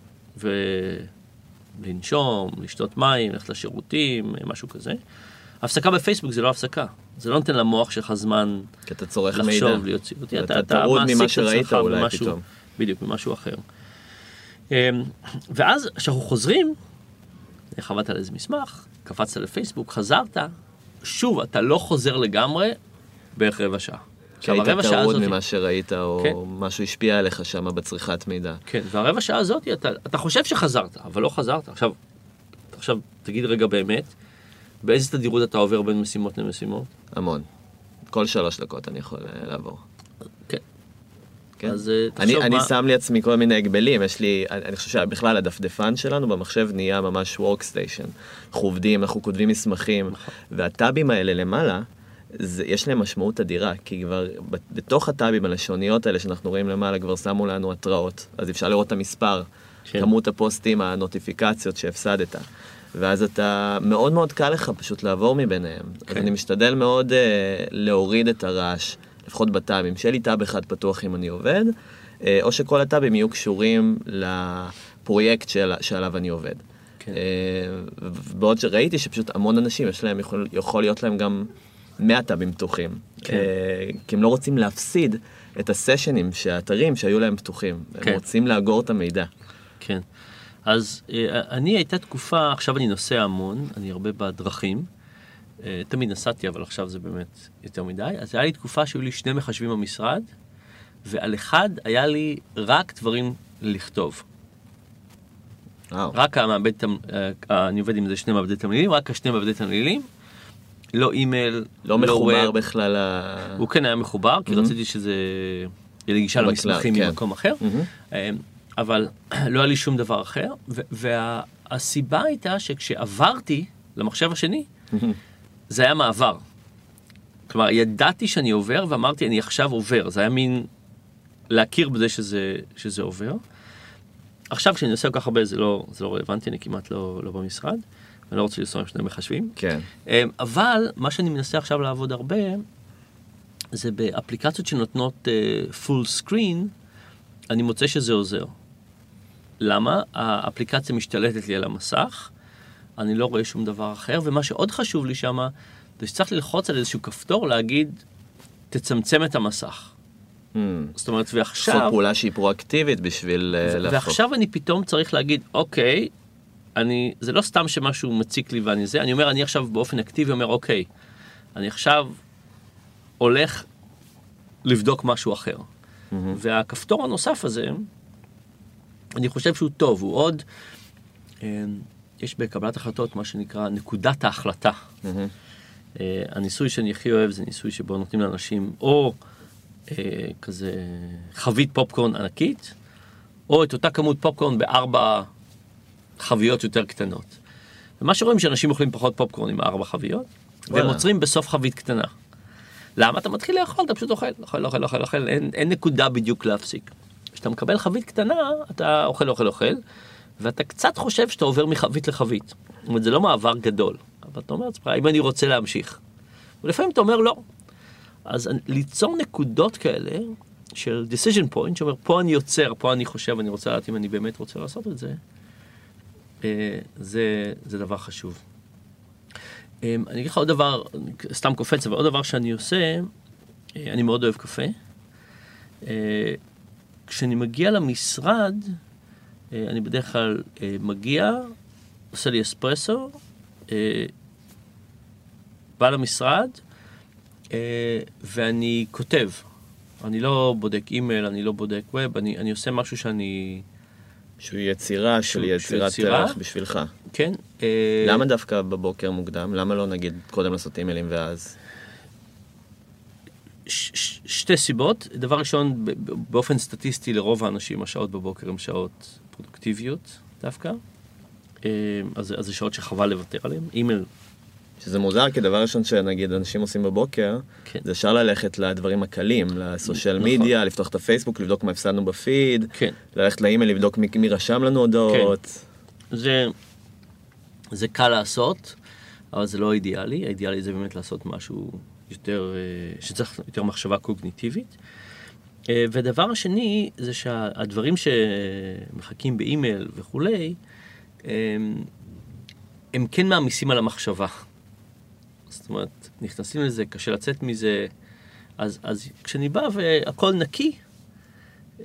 ולנשום, לשתות מים, ללכת לשירותים, משהו כזה. הפסקה בפייסבוק זה לא הפסקה. זה לא נותן למוח שלך זמן כי אתה צורך לחשוב, מידע. להיות ציבותי. אתה, אתה תרוד ממה שראית אולי במשהו, פתאום. בדיוק, ממשהו אחר. ואז, כשאנחנו חוזרים, חוות על איזה מסמך, קפצת לפייסבוק, חזרת, שוב, אתה לא חוזר לגמרי בערך רבע שעה. כי היית תרוד ממה שראית, או כן. משהו השפיע עליך שם בצריכת מידע. כן, והרבע שעה הזאת, אתה, אתה חושב שחזרת, אבל לא חזרת. עכשיו, עכשיו, תגיד רגע באמת, באיזה תדירות אתה עובר בין משימות למשימות? המון. כל שלוש דקות אני יכול לעבור. כן. כן. אז אני, תחשוב אני מה... שם לי עצמי כל מיני הגבלים, יש לי, אני חושב שבכלל הדפדפן שלנו במחשב נהיה ממש workstation. אנחנו עובדים, אנחנו כותבים מסמכים, נכון. והטאבים האלה למעלה, זה, יש להם משמעות אדירה, כי כבר בתוך הטאבים, הלשוניות האלה שאנחנו רואים למעלה, כבר שמו לנו התראות, אז אפשר לראות את המספר, כן. כמות הפוסטים, הנוטיפיקציות שהפסדת. ואז אתה, מאוד מאוד קל לך פשוט לעבור מביניהם. כן. אז אני משתדל מאוד אה, להוריד את הרעש, לפחות בטאבים, שיהיה לי טאב אחד פתוח אם אני עובד, אה, או שכל הטאבים יהיו קשורים לפרויקט של, שעליו אני עובד. כן. אה, בעוד שראיתי שפשוט המון אנשים, יש להם, יכול, יכול להיות להם גם מאה טאבים פתוחים. כן. אה, כי הם לא רוצים להפסיד את הסשנים, שהאתרים שהיו להם פתוחים. כן. הם רוצים לאגור את המידע. כן. אז אני הייתה תקופה, עכשיו אני נוסע המון, אני הרבה בדרכים, תמיד נסעתי, אבל עכשיו זה באמת יותר מדי, אז היה לי תקופה שהיו לי שני מחשבים במשרד, ועל אחד היה לי רק דברים לכתוב. רק המעבד, אני עובד עם זה שני מעבדי תמלילים, רק השני מעבדי תמלילים, לא אימייל, לא מחובר בכלל. הוא כן היה מחובר, כי רציתי שזה יהיה לי גישה למסמכים ממקום אחר. אבל לא היה לי שום דבר אחר, והסיבה הייתה שכשעברתי למחשב השני, זה היה מעבר. כלומר, ידעתי שאני עובר, ואמרתי, אני עכשיו עובר. זה היה מין להכיר בזה שזה, שזה עובר. עכשיו, כשאני עושה כל כך הרבה, זה לא, זה לא רלוונטי, אני כמעט לא, לא במשרד, אני לא רוצה לנסוע עם שני מחשבים. כן. אבל מה שאני מנסה עכשיו לעבוד הרבה, זה באפליקציות שנותנות uh, full screen, אני מוצא שזה עוזר. למה? האפליקציה משתלטת לי על המסך, אני לא רואה שום דבר אחר, ומה שעוד חשוב לי שמה, זה שצריך ללחוץ על איזשהו כפתור, להגיד, תצמצם את המסך. Mm. זאת אומרת, ועכשיו... זאת פעולה שהיא פרואקטיבית בשביל ו- להפוך. ועכשיו אני פתאום צריך להגיד, אוקיי, אני, זה לא סתם שמשהו מציק לי ואני זה, אני אומר, אני עכשיו באופן אקטיבי אומר, אוקיי, אני עכשיו הולך לבדוק משהו אחר. Mm-hmm. והכפתור הנוסף הזה, אני חושב שהוא טוב, הוא עוד, יש בקבלת החלטות מה שנקרא נקודת ההחלטה. Mm-hmm. הניסוי שאני הכי אוהב זה ניסוי שבו נותנים לאנשים או כזה חבית פופקורן ענקית, או את אותה כמות פופקורן בארבע חביות יותר קטנות. ומה שרואים שאנשים אוכלים פחות פופקורן עם ארבע חביות, והם עוצרים בסוף חבית קטנה. למה? אתה מתחיל לאכול, אתה פשוט אוכל, אוכל, אוכל, אוכל, אוכל, אין, אין נקודה בדיוק להפסיק. כשאתה מקבל חבית קטנה, אתה אוכל, אוכל, אוכל, ואתה קצת חושב שאתה עובר מחבית לחבית. זאת אומרת, זה לא מעבר גדול. אבל אתה אומר, אם אני רוצה להמשיך. ולפעמים אתה אומר לא. אז ליצור נקודות כאלה, של decision point, שאומר, פה אני יוצר, פה אני חושב, אני רוצה לדעת אם אני באמת רוצה לעשות את זה, זה, זה דבר חשוב. אני אגיד לך עוד דבר, סתם קופץ, אבל עוד דבר שאני עושה, אני מאוד אוהב קפה. כשאני מגיע למשרד, אני בדרך כלל מגיע, עושה לי אספרסו, בא למשרד, ואני כותב. אני לא בודק אימייל, אני לא בודק ווב, אני, אני עושה משהו שאני... שהוא יצירה של יצירת ערך בשבילך. כן. למה דווקא בבוקר מוקדם? למה לא נגיד קודם לעשות אימיילים ואז? ש- ש- שתי סיבות. דבר ראשון, באופן סטטיסטי לרוב האנשים, השעות בבוקר הן שעות פרודוקטיביות דווקא. אז, אז זה שעות שחבל לוותר עליהן. אימייל. שזה מוזר, כי דבר ראשון שנגיד אנשים עושים בבוקר, כן. זה אפשר ללכת לדברים הקלים, לסושיאל נכון. מידיה, לפתוח את הפייסבוק, לבדוק מה הפסדנו בפיד, כן. ללכת לאימייל, לבדוק מי, מי רשם לנו הודעות. כן. זה, זה קל לעשות, אבל זה לא אידיאלי. האידיאלי זה באמת לעשות משהו יותר, שצריך יותר מחשבה קוגניטיבית. ודבר השני, זה שהדברים שמחכים באימייל וכולי, הם כן מעמיסים על המחשבה. זאת אומרת, נכנסים לזה, קשה לצאת מזה, אז, אז כשאני בא והכל נקי, אה,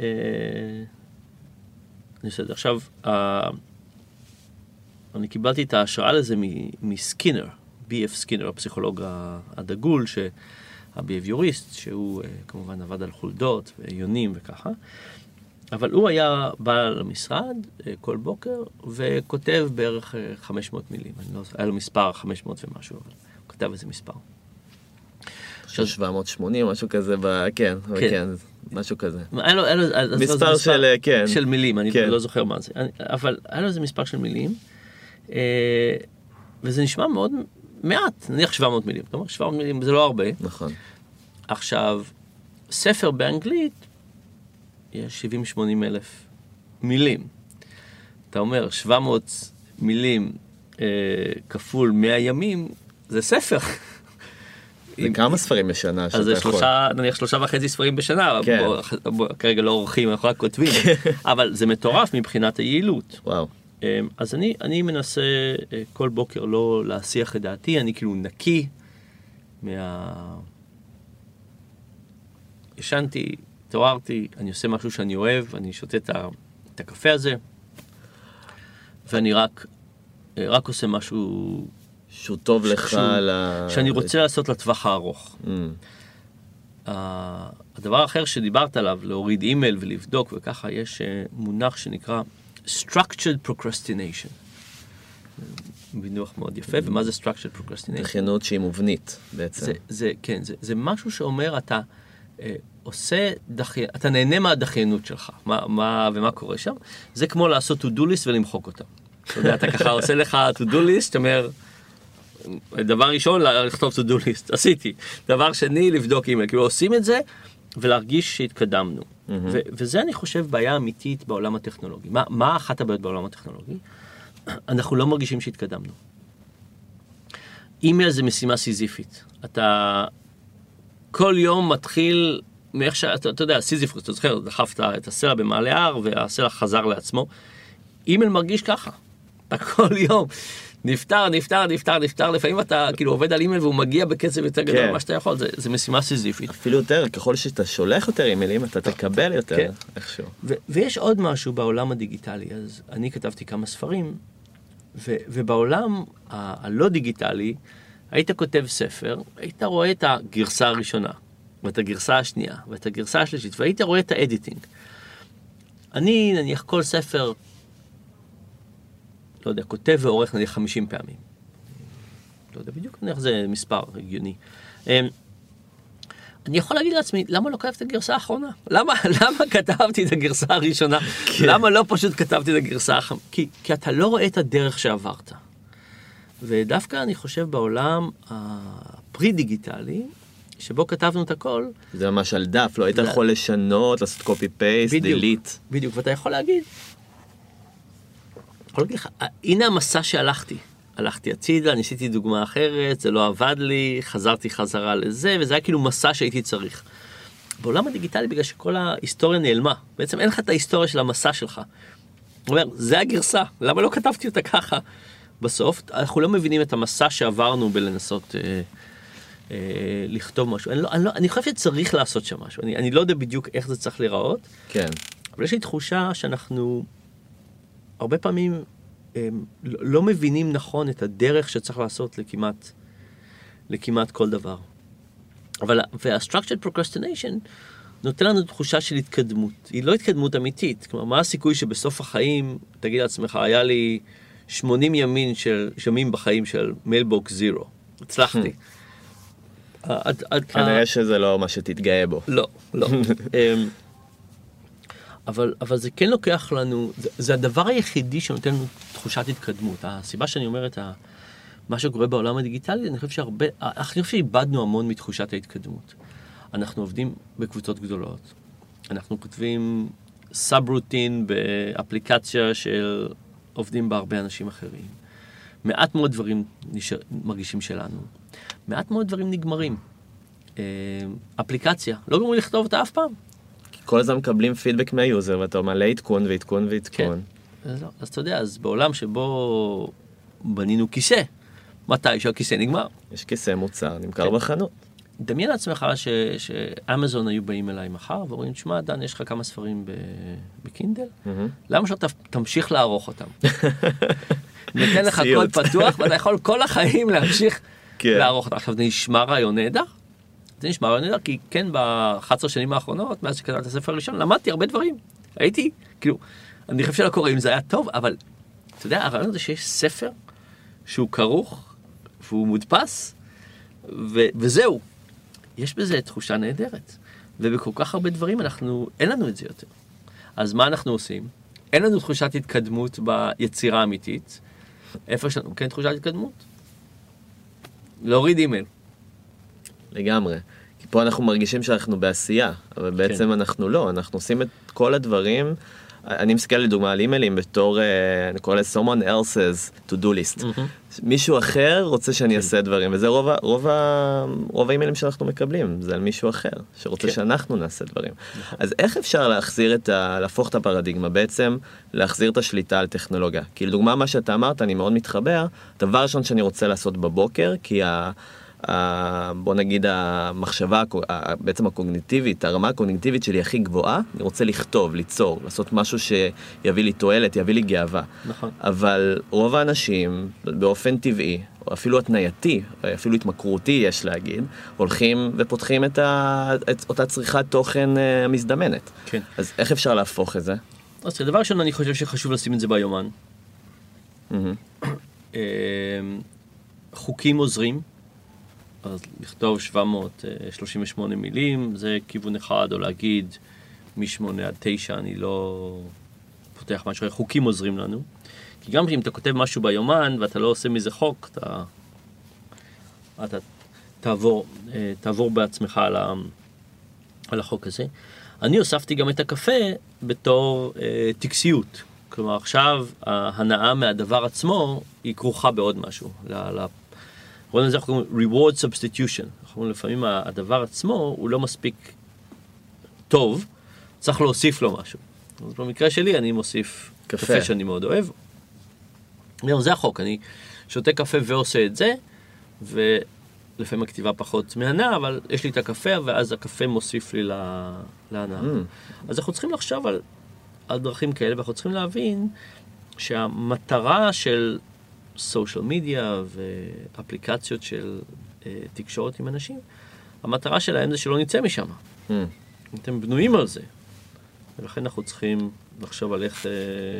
אני עושה את זה. עכשיו, אה, אני קיבלתי את ההשראה לזה מסקינר, בי אף סקינר, הפסיכולוג הדגול, הביהביוריסט, שהוא אה, כמובן עבד על חולדות ויונים וככה, אבל הוא היה בא למשרד אה, כל בוקר וכותב בערך אה, חמש מאות מילים. אני לא, היה לו מספר חמש מאות ומשהו, אבל הוא כתב איזה מספר. שבע מאות ושמונים, משהו כזה, ב... כן, כן, כן, משהו כזה. היה לו, היה לו, מספר, מספר של, כן. של מילים, אני כן. לא זוכר מה זה. אני, אבל היה לו איזה מספר של מילים, אה, וזה נשמע מאוד מעט, נניח שבע מאות מילים. אתה אומר, שבע מאות מילים זה לא הרבה. נכון. עכשיו, ספר באנגלית, יש שבעים שמונים אלף מילים. אתה אומר, שבע מאות מילים אה, כפול מאה ימים, זה ספר. זה כמה ספרים בשנה שאתה יכול? אז זה שלושה, נניח שלושה וחצי ספרים בשנה, כן. בוא, בוא, כרגע לא עורכים, אנחנו רק כותבים, אבל זה מטורף מבחינת היעילות. וואו. אז אני, אני מנסה כל בוקר לא להסיח את דעתי, אני כאילו נקי מה... ישנתי, תוארתי, אני עושה משהו שאני אוהב, אני שותה את, ה, את הקפה הזה, ואני רק, רק עושה משהו... שהוא טוב לך שהוא, ל... שאני רוצה לעשות לטווח הארוך. Mm. Uh, הדבר האחר שדיברת עליו, להוריד אימייל ולבדוק וככה, יש uh, מונח שנקרא structured procrastination. מינוח מאוד יפה, ומה זה structured procrastination? דחיינות שהיא מובנית בעצם. זה, זה, כן, זה, זה משהו שאומר, אתה uh, עושה דחי... אתה נהנה מהדחיינות שלך, מה, מה, ומה קורה שם. זה כמו לעשות to-do list ולמחוק אותה. אתה יודע, אתה ככה עושה לך to-do list, אתה אומר... דבר ראשון, לכתוב to-do list, עשיתי. דבר שני, לבדוק אימייל. כאילו, עושים את זה ולהרגיש שהתקדמנו. Mm-hmm. ו- וזה, אני חושב, בעיה אמיתית בעולם הטכנולוגי. מה, מה אחת הבעיות בעולם הטכנולוגי? אנחנו לא מרגישים שהתקדמנו. אימייל זה משימה סיזיפית. אתה כל יום מתחיל, מאיך שאתה, אתה יודע, סיזיפוס, אתה זוכר, דחפת את הסלע במעלה הר, והסלע חזר לעצמו. אימייל מרגיש ככה. אתה כל יום... נפטר, נפטר, נפטר, נפטר, לפעמים אתה כאילו עובד על אימייל והוא מגיע בקצב יותר גדול ממה שאתה יכול, זה, זה משימה סיזיפית. אפילו יותר, ככל שאתה שולח יותר אימיילים, אתה תקבל יותר, כן. איכשהו. ו- ויש עוד משהו בעולם הדיגיטלי, אז אני כתבתי כמה ספרים, ו- ובעולם ה- הלא דיגיטלי, היית כותב ספר, היית רואה את הגרסה הראשונה, ואת הגרסה השנייה, ואת הגרסה השלישית, והיית רואה את האדיטינג. אני, נניח, כל ספר, לא יודע, כותב ועורך נניח חמישים פעמים. לא יודע בדיוק, נניח זה מספר הגיוני. אני יכול להגיד לעצמי, למה לא כתבתי את הגרסה האחרונה? למה, למה כתבתי את הגרסה הראשונה? למה לא פשוט כתבתי את הגרסה האחרונה? כי, כי אתה לא רואה את הדרך שעברת. ודווקא אני חושב בעולם הפרי-דיגיטלי, שבו כתבנו את הכל... זה ממש על דף, לא היית יכול לשנות, לעשות קופי-פייסט, דליט. בדיוק, ואתה יכול להגיד, יכול להגיד לך, הנה המסע שהלכתי. הלכתי הצידה, ניסיתי דוגמה אחרת, זה לא עבד לי, חזרתי חזרה לזה, וזה היה כאילו מסע שהייתי צריך. בעולם הדיגיטלי, בגלל שכל ההיסטוריה נעלמה, בעצם אין לך את ההיסטוריה של המסע שלך. הוא אומר, זה הגרסה, למה לא כתבתי אותה ככה? בסוף, אנחנו לא מבינים את המסע שעברנו בלנסות אה, אה, לכתוב משהו. אני, לא, אני, לא, אני חושב שצריך לעשות שם משהו, אני, אני לא יודע בדיוק איך זה צריך להיראות, כן. אבל יש לי תחושה שאנחנו הרבה פעמים אה, לא, לא מבינים נכון את הדרך שצריך לעשות לכמעט, לכמעט כל דבר. אבל, וה-structured procrastination נותן לנו תחושה של התקדמות. היא לא התקדמות אמיתית. כלומר, מה הסיכוי שבסוף החיים, תגיד לעצמך, היה לי שמונים ימים של, ימים בחיים של מיילבוקס זירו. הצלחתי. כנראה שזה לא מה שתתגאה בו. לא, לא. אבל, אבל זה כן לוקח לנו, זה, זה הדבר היחידי שנותן לנו תחושת התקדמות. הסיבה שאני אומרת, מה שקורה בעולם הדיגיטלי, אני חושב שהרבה, אני חושב שאיבדנו המון מתחושת ההתקדמות. אנחנו עובדים בקבוצות גדולות. אנחנו כותבים סאב-רוטין באפליקציה של עובדים בה הרבה אנשים אחרים. מעט מאוד דברים נשאר, מרגישים שלנו. מעט מאוד דברים נגמרים. אפליקציה, לא גמרו לכתוב אותה אף פעם. כי כל הזמן מקבלים פידבק מהיוזר, ואתה מלא עדכון ועדכון ועדכון. כן. אז, אז אתה יודע, אז בעולם שבו בנינו כיסא, מתי שהכיסא נגמר? יש כיסא מוצר, נמכר כן. בחנות. דמיין לעצמך ש, שאמזון היו באים אליי מחר, ואומרים, תשמע, דן, יש לך כמה ספרים בקינדל? Mm-hmm. למה שאתה תמשיך לערוך אותם? נותן לך קוד פתוח, ואתה יכול כל החיים להמשיך כן. לערוך אותם. עכשיו, זה נשמע רעיון נהדר. זה נשמע רעיון נהדר, כי כן, ב-אחת עשרה שנים האחרונות, מאז שכתבתי את הספר הראשון, למדתי הרבה דברים. הייתי, כאילו, אני חושב שלקוראים זה היה טוב, אבל, אתה יודע, הרעיון הזה שיש ספר שהוא כרוך, והוא מודפס, ו- וזהו. יש בזה תחושה נהדרת. ובכל כך הרבה דברים אנחנו, אין לנו את זה יותר. אז מה אנחנו עושים? אין לנו תחושת התקדמות ביצירה האמיתית. איפה יש לנו? כן, תחושת התקדמות? להוריד אימייל. לגמרי. כי פה אנחנו מרגישים שאנחנו בעשייה, אבל בעצם כן. אנחנו לא. אנחנו עושים את כל הדברים. אני מסתכל לדוגמה על אימיילים בתור, אני קורא לזה someone else's to do list. Mm-hmm. מישהו אחר רוצה שאני כן. אעשה דברים, וזה רוב, רוב, רוב האימיילים שאנחנו מקבלים, זה על מישהו אחר, שרוצה כן. שאנחנו נעשה דברים. נכון. אז איך אפשר להחזיר את ה... להפוך את הפרדיגמה, בעצם להחזיר את השליטה על טכנולוגיה? כי לדוגמה מה שאתה אמרת, אני מאוד מתחבר, דבר ראשון שאני רוצה לעשות בבוקר, כי ה... בוא נגיד המחשבה, בעצם הקוגניטיבית, הרמה הקוגניטיבית שלי הכי גבוהה, אני רוצה לכתוב, ליצור, לעשות משהו שיביא לי תועלת, יביא לי גאווה. נכון. אבל רוב האנשים, באופן טבעי, או אפילו התנייתי, אפילו התמכרותי יש להגיד, הולכים ופותחים את, ה, את אותה צריכת תוכן מזדמנת. כן. אז איך אפשר להפוך את זה? אז דבר ראשון, אני חושב שחשוב לשים את זה ביומן. Mm-hmm. חוקים עוזרים. אז לכתוב שבע מאות שלושים ושמונה מילים, זה כיוון אחד, או להגיד משמונה עד תשע, אני לא פותח משהו, חוקים עוזרים לנו. כי גם אם אתה כותב משהו ביומן, ואתה לא עושה מזה חוק, אתה, אתה תעבור, תעבור בעצמך על, ה, על החוק הזה. אני הוספתי גם את הקפה בתור אה, טקסיות. כלומר, עכשיו ההנאה מהדבר עצמו היא כרוכה בעוד משהו, ל, ל, רואים לזה, אנחנו קוראים reward substitution. אנחנו לפעמים הדבר עצמו הוא לא מספיק טוב, צריך להוסיף לו משהו. אז במקרה שלי אני מוסיף קפה, קפה שאני מאוד אוהב. זה החוק, אני שותה קפה ועושה את זה, ולפעמים הכתיבה פחות מהנה, אבל יש לי את הקפה, ואז הקפה מוסיף לי להנאה. Mm. אז אנחנו צריכים לחשוב על, על דרכים כאלה, ואנחנו צריכים להבין שהמטרה של סושיאל מדיה ואפליקציות של uh, תקשורת עם אנשים, המטרה שלהם זה שלא נצא משם. Mm. אתם בנויים על זה. ולכן אנחנו צריכים לחשוב על איך, uh,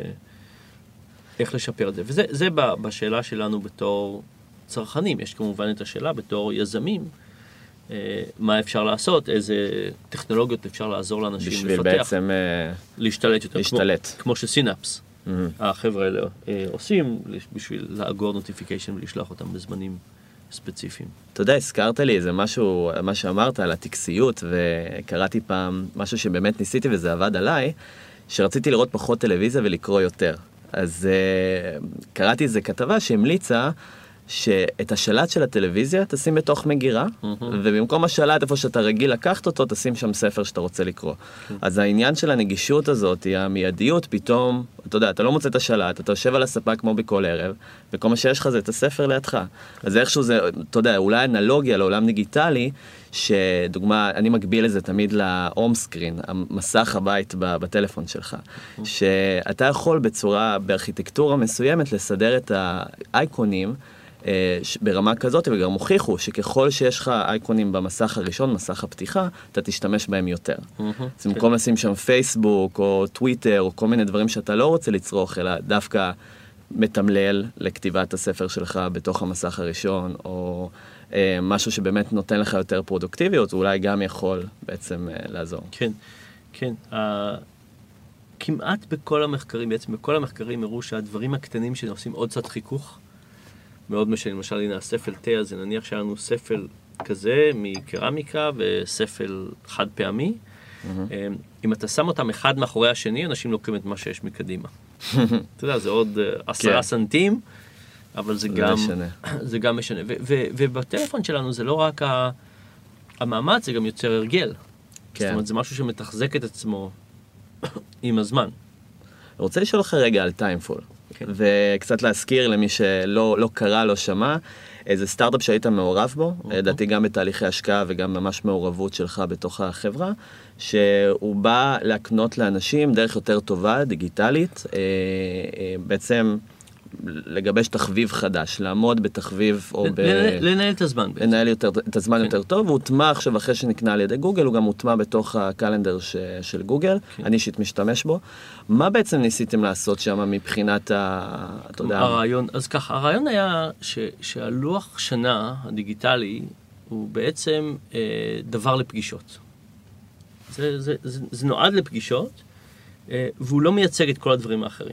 איך לשפר את זה. וזה זה בשאלה שלנו בתור צרכנים. יש כמובן את השאלה בתור יזמים, uh, מה אפשר לעשות, איזה טכנולוגיות אפשר לעזור לאנשים בשביל לפתח. בשביל בעצם להשתלט יותר. להשתלט. כמו, כמו שסינאפס. Mm-hmm. החבר'ה האלה אה, עושים בשביל לאגור נוטיפיקיישן ולשלוח אותם בזמנים ספציפיים. אתה יודע, הזכרת לי איזה משהו, מה שאמרת על הטקסיות, וקראתי פעם משהו שבאמת ניסיתי וזה עבד עליי, שרציתי לראות פחות טלוויזיה ולקרוא יותר. אז uh, קראתי איזה כתבה שהמליצה שאת השלט של הטלוויזיה תשים בתוך מגירה, mm-hmm. ובמקום השלט, איפה שאתה רגיל לקחת אותו, תשים שם ספר שאתה רוצה לקרוא. Mm-hmm. אז העניין של הנגישות הזאת, היא המיידיות, פתאום, אתה יודע, אתה לא מוצא את השלט, אתה יושב על הספה כמו בכל ערב, וכל מה שיש לך זה את הספר לידך. אז איכשהו זה, אתה יודע, אולי אנלוגיה לעולם דיגיטלי, שדוגמה, אני מקביל לזה תמיד להום סקרין, המסך הבית בטלפון שלך, mm-hmm. שאתה יכול בצורה, בארכיטקטורה מסוימת, לסדר את האייקונים, ברמה כזאת, וגם הוכיחו שככל שיש לך אייקונים במסך הראשון, מסך הפתיחה, אתה תשתמש בהם יותר. אז במקום לשים שם פייסבוק או טוויטר או כל מיני דברים שאתה לא רוצה לצרוך, אלא דווקא מתמלל לכתיבת הספר שלך בתוך המסך הראשון, או משהו שבאמת נותן לך יותר פרודוקטיביות, אולי גם יכול בעצם לעזור. כן, כן. כמעט בכל המחקרים, בעצם בכל המחקרים הראו שהדברים הקטנים שעושים עוד קצת חיכוך, מאוד משנה, למשל, הנה הספל תה הזה, נניח שהיה לנו ספל כזה מקרמיקה וספל חד פעמי. Mm-hmm. אם אתה שם אותם אחד מאחורי השני, אנשים לוקחים את מה שיש מקדימה. אתה יודע, זה עוד עשרה סנטים, אבל זה גם משנה. זה גם משנה. ו- ו- ובטלפון שלנו זה לא רק ה- המאמץ, זה גם יוצר הרגל. כן. זאת אומרת, זה משהו שמתחזק את עצמו עם הזמן. אני רוצה לשאול לך רגע על טיימפול. וקצת להזכיר למי שלא לא קרא, לא שמע, איזה סטארט-אפ שהיית מעורב בו, לדעתי גם בתהליכי השקעה וגם ממש מעורבות שלך בתוך החברה, שהוא בא להקנות לאנשים דרך יותר טובה, דיגיטלית, בעצם לגבש תחביב חדש, לעמוד בתחביב או ב... לנהל את הזמן. לנהל את הזמן יותר טוב, והוא הוטמע עכשיו אחרי שנקנה על ידי גוגל, הוא גם הוטמע בתוך הקלנדר של גוגל, אני אישית משתמש בו. מה בעצם ניסיתם לעשות שם מבחינת ה... הרעיון, אז ככה, הרעיון היה שהלוח שנה הדיגיטלי הוא בעצם דבר לפגישות. זה נועד לפגישות, והוא לא מייצג את כל הדברים האחרים.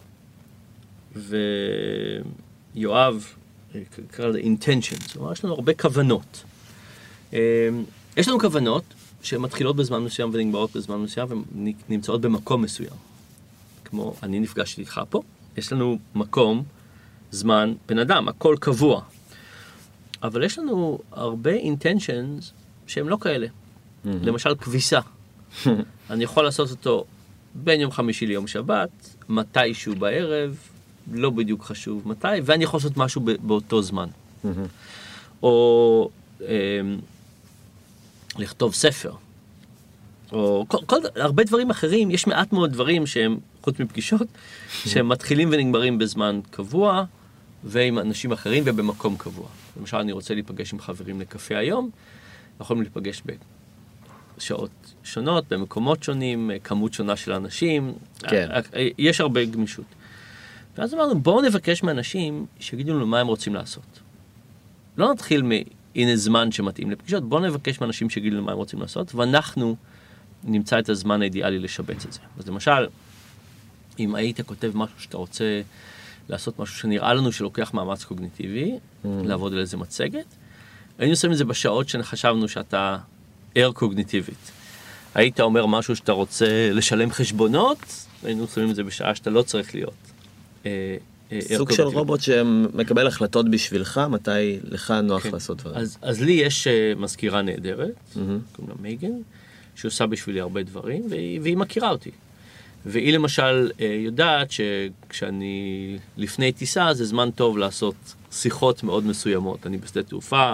ויואב קרא לזה intentions, זאת אומרת, יש לנו הרבה כוונות. יש לנו כוונות שמתחילות בזמן מסוים ונגמרות בזמן מסוים ונמצאות במקום מסוים. כמו אני נפגשתי איתך פה, יש לנו מקום, זמן, בן אדם, הכל קבוע. אבל יש לנו הרבה intentions שהם לא כאלה. Mm-hmm. למשל, כביסה. אני יכול לעשות אותו בין יום חמישי ליום שבת, מתישהו בערב, לא בדיוק חשוב מתי, ואני יכול לעשות משהו באותו זמן. Mm-hmm. או אה, לכתוב ספר. או כל, כל, הרבה דברים אחרים, יש מעט מאוד דברים שהם, חוץ מפגישות, שהם מתחילים ונגמרים בזמן קבוע, ועם אנשים אחרים ובמקום קבוע. למשל, אני רוצה להיפגש עם חברים לקפה היום, יכולים להיפגש בשעות שונות, במקומות שונים, כמות שונה של אנשים, כן. יש הרבה גמישות. ואז אמרנו, בואו נבקש מאנשים שיגידו לנו מה הם רוצים לעשות. לא נתחיל מהנה זמן שמתאים לפגישות, בואו נבקש מאנשים שיגידו לנו מה הם רוצים לעשות, ואנחנו נמצא את הזמן האידיאלי לשבץ את זה. אז למשל, אם היית כותב משהו שאתה רוצה לעשות משהו שנראה לנו שלוקח מאמץ קוגניטיבי, mm. לעבוד על איזה מצגת, היינו עושים את זה בשעות שחשבנו שאתה ער קוגניטיבית. היית אומר משהו שאתה רוצה לשלם חשבונות, היינו עושים את זה בשעה שאתה לא צריך להיות. סוג של רובוט שמקבל החלטות בשבילך, מתי לך נוח לעשות דברים. אז לי יש מזכירה נהדרת, קוראים לה מייגן, שעושה בשבילי הרבה דברים, והיא מכירה אותי. והיא למשל יודעת שכשאני לפני טיסה, זה זמן טוב לעשות שיחות מאוד מסוימות. אני בשדה תעופה,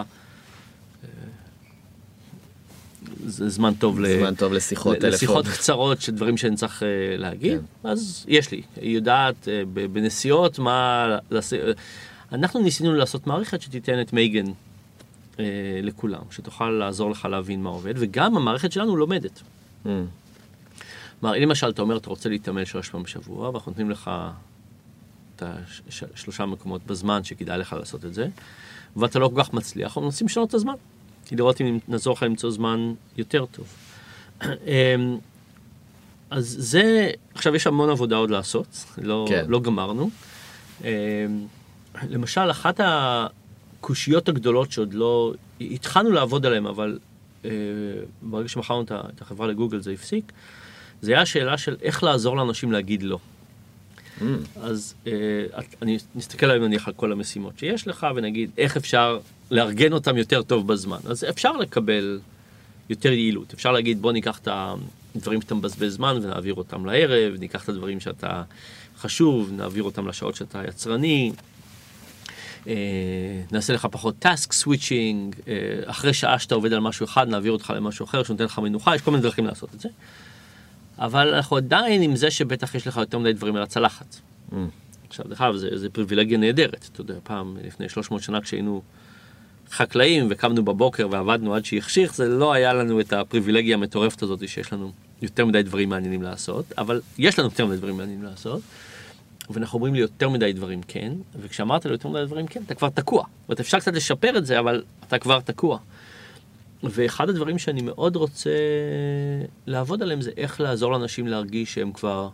זה זמן טוב, זמן ל... טוב לשיחות טלפון. לשיחות קצרות, שדברים שאני צריך להגיד. כן. אז יש לי. היא יודעת בנסיעות מה... אנחנו ניסינו לעשות מערכת שתיתן את מייגן אה, לכולם, שתוכל לעזור לך להבין מה עובד, וגם המערכת שלנו לומדת. Mm. כלומר, למשל, אתה אומר, אתה רוצה להתאמן שלוש פעם בשבוע, ואנחנו נותנים לך את השלושה מקומות בזמן שכדאי לך לעשות את זה, ואתה לא כל כך מצליח, אנחנו נוצאים לשנות את הזמן. כי לראות אם נעזור לך למצוא זמן יותר טוב. אז זה, עכשיו יש המון עבודה עוד לעשות, לא, כן. לא גמרנו. למשל, אחת הקושיות הגדולות שעוד לא, התחלנו לעבוד עליהן, אבל ברגע שמכרנו את החברה לגוגל זה הפסיק, זה היה השאלה של איך לעזור לאנשים להגיד לא. אז אה, את- אני נסתכל היום נניח על כל המשימות שיש לך, ונגיד איך אפשר לארגן אותם יותר טוב בזמן. אז אפשר לקבל יותר יעילות. אפשר להגיד, בוא ניקח את הדברים שאתה מבזבז זמן ונעביר אותם לערב, ניקח את הדברים שאתה חשוב, נעביר אותם לשעות שאתה יצרני, אה, נעשה לך פחות טאסק סוויצ'ינג, אה, אחרי שעה שאתה עובד על משהו אחד, נעביר אותך למשהו אחר, שנותן לך מנוחה, יש כל מיני דרכים לעשות את זה. אבל אנחנו עדיין עם זה שבטח יש לך יותר מדי דברים על הצלחת. עכשיו, דרך אגב, זה, זה פריבילגיה נהדרת. אתה יודע, פעם, לפני שלוש מאות שנה, כשהיינו חקלאים וקמנו בבוקר ועבדנו עד שיחשיך, זה לא היה לנו את הפריבילגיה המטורפת הזאת שיש לנו יותר מדי דברים מעניינים לעשות, אבל יש לנו יותר מדי דברים מעניינים לעשות, ואנחנו אומרים לי יותר מדי דברים כן, וכשאמרת לי יותר מדי דברים כן, אתה כבר תקוע. ואתה אפשר קצת לשפר את זה, אבל אתה כבר תקוע. ואחד הדברים שאני מאוד רוצה לעבוד עליהם זה איך לעזור לאנשים להרגיש שהם כבר,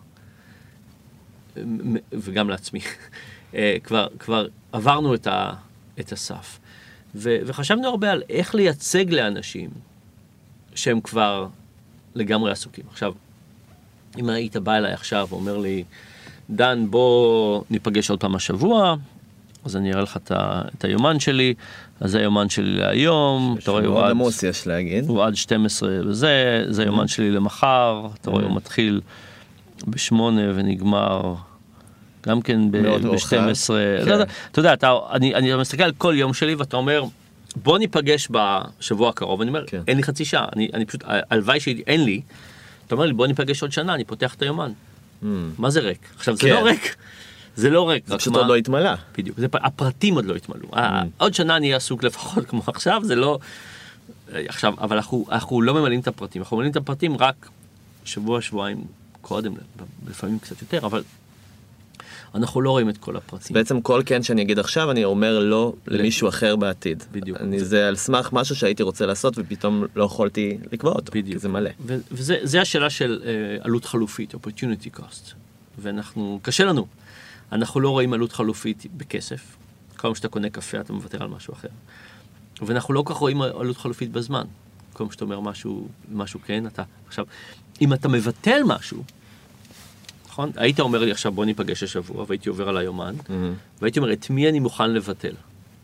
וגם לעצמי, כבר, כבר עברנו את, ה, את הסף. ו, וחשבנו הרבה על איך לייצג לאנשים שהם כבר לגמרי עסוקים. עכשיו, אם היית בא אליי עכשיו ואומר לי, דן, בוא ניפגש עוד פעם השבוע, אז אני אראה לך את, ה, את היומן שלי, אז זה היומן שלי להיום, אתה רואה, הוא עד, עמוס יש להגיד. הוא עד שתים עשרה וזה, זה היומן שלי למחר, אתה רואה, הוא מתחיל בשמונה ונגמר גם כן ב-שתים עשרה. אתה יודע, אני מסתכל על כל יום שלי ואתה אומר, בוא ניפגש בשבוע הקרוב, אני אומר, אין לי חצי שעה, אני פשוט, הלוואי שאין לי, אתה אומר לי, בוא ניפגש עוד שנה, אני פותח את היומן. מה זה ריק? עכשיו, זה לא ריק. זה לא ריק. זה פשוט עוד לא התמלא. בדיוק. הפרטים עוד לא התמלאו. עוד שנה אני אהיה עסוק לפחות כמו עכשיו, זה לא... עכשיו, אבל אנחנו לא ממלאים את הפרטים. אנחנו ממלאים את הפרטים רק שבוע, שבועיים קודם, לפעמים קצת יותר, אבל אנחנו לא רואים את כל הפרטים. בעצם כל כן שאני אגיד עכשיו, אני אומר לא למישהו אחר בעתיד. בדיוק. זה על סמך משהו שהייתי רוצה לעשות, ופתאום לא יכולתי לקבוע אותו, כי זה מלא. וזה השאלה של עלות חלופית, opportunity cost. ואנחנו, קשה לנו. אנחנו לא רואים עלות חלופית בכסף. כל פעם שאתה קונה קפה, אתה מוותר על משהו אחר. ואנחנו לא כך רואים עלות חלופית בזמן. כל פעם שאתה אומר משהו, משהו כן, אתה... עכשיו, אם אתה מבטל משהו, נכון? היית אומר לי עכשיו, בוא ניפגש השבוע, והייתי עובר על היומן, והייתי אומר, את מי אני מוכן לבטל?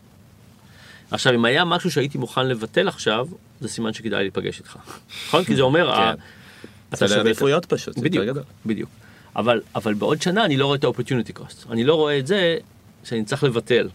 עכשיו, אם היה משהו שהייתי מוכן לבטל עכשיו, זה סימן שכדאי להיפגש איתך. נכון? כי זה אומר, אתה שווה עדיפויות פשוט. בדיוק, בדיוק. אבל, אבל בעוד שנה אני לא רואה את ה-opportunity cost. אני לא רואה את זה שאני צריך לבטל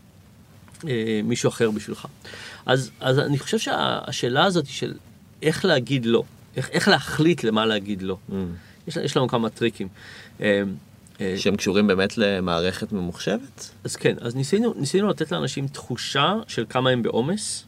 אה, מישהו אחר בשבילך. אז, אז אני חושב שהשאלה הזאת היא של איך להגיד לא. איך, איך להחליט למה להגיד לא. Mm. יש, יש לנו כמה טריקים. אה, אה, שהם קשורים באמת למערכת ממוחשבת? אז כן, אז ניסינו, ניסינו לתת לאנשים תחושה של כמה הם בעומס.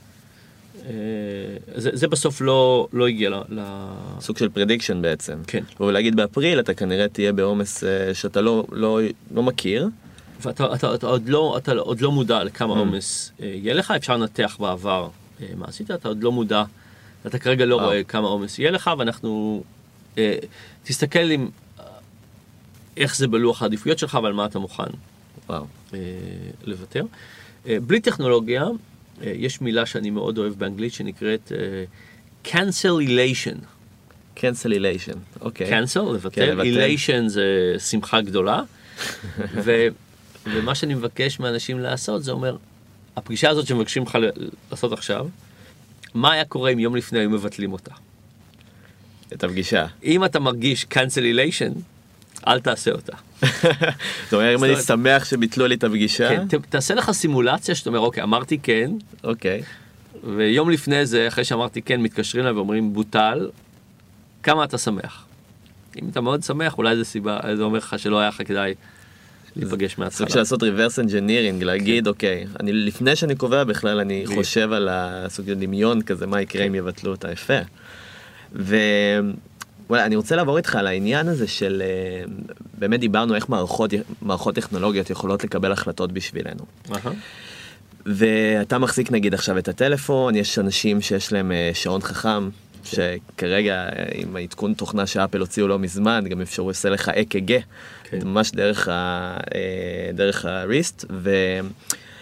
זה, זה בסוף לא, לא הגיע ל... סוג של prediction בעצם. כן. ולהגיד באפריל אתה כנראה תהיה בעומס שאתה לא, לא, לא מכיר. ואתה אתה, אתה עוד, לא, אתה עוד לא מודע לכמה עומס mm. יהיה לך, אפשר לנתח בעבר מה עשית, אתה עוד לא מודע, אתה כרגע לא oh. רואה כמה עומס יהיה לך, ואנחנו, אה, תסתכל עם איך זה בלוח העדיפויות שלך, ועל מה אתה מוכן wow. אה, לוותר. אה, בלי טכנולוגיה, יש מילה שאני מאוד אוהב באנגלית שנקראת uh, cancellation. cancellation, אוקיי. cancel, לבטל. elation זה שמחה גדולה. ו, ומה שאני מבקש מאנשים לעשות, זה אומר, הפגישה הזאת שמבקשים לך לעשות עכשיו, מה היה קורה אם יום לפני היו מבטלים אותה? את הפגישה. אם אתה מרגיש cancellation, אל תעשה אותה. זאת אומרת, אם אני שמח שביטלו לי את הפגישה... כן, תעשה לך סימולציה שאתה אומר, אוקיי, אמרתי כן. אוקיי. ויום לפני זה, אחרי שאמרתי כן, מתקשרים לה ואומרים, בוטל, כמה אתה שמח? אם אתה מאוד שמח, אולי זה סיבה, זה אומר לך שלא היה לך כדאי להיפגש מההתחלה. סוג של לעשות reverse engineering, להגיד, אוקיי, לפני שאני קובע בכלל, אני חושב על הסוג של דמיון כזה, מה יקרה אם יבטלו אותה יפה. ו... וואלה, אני רוצה לעבור איתך על העניין הזה של, באמת דיברנו איך מערכות, מערכות טכנולוגיות יכולות לקבל החלטות בשבילנו. Uh-huh. ואתה מחזיק נגיד עכשיו את הטלפון, יש אנשים שיש להם שעון חכם, שכרגע עם העדכון תוכנה שאפל הוציאו לא מזמן, גם אפשר לעשה לך אי קי גי, ממש דרך ה, דרך הריסט,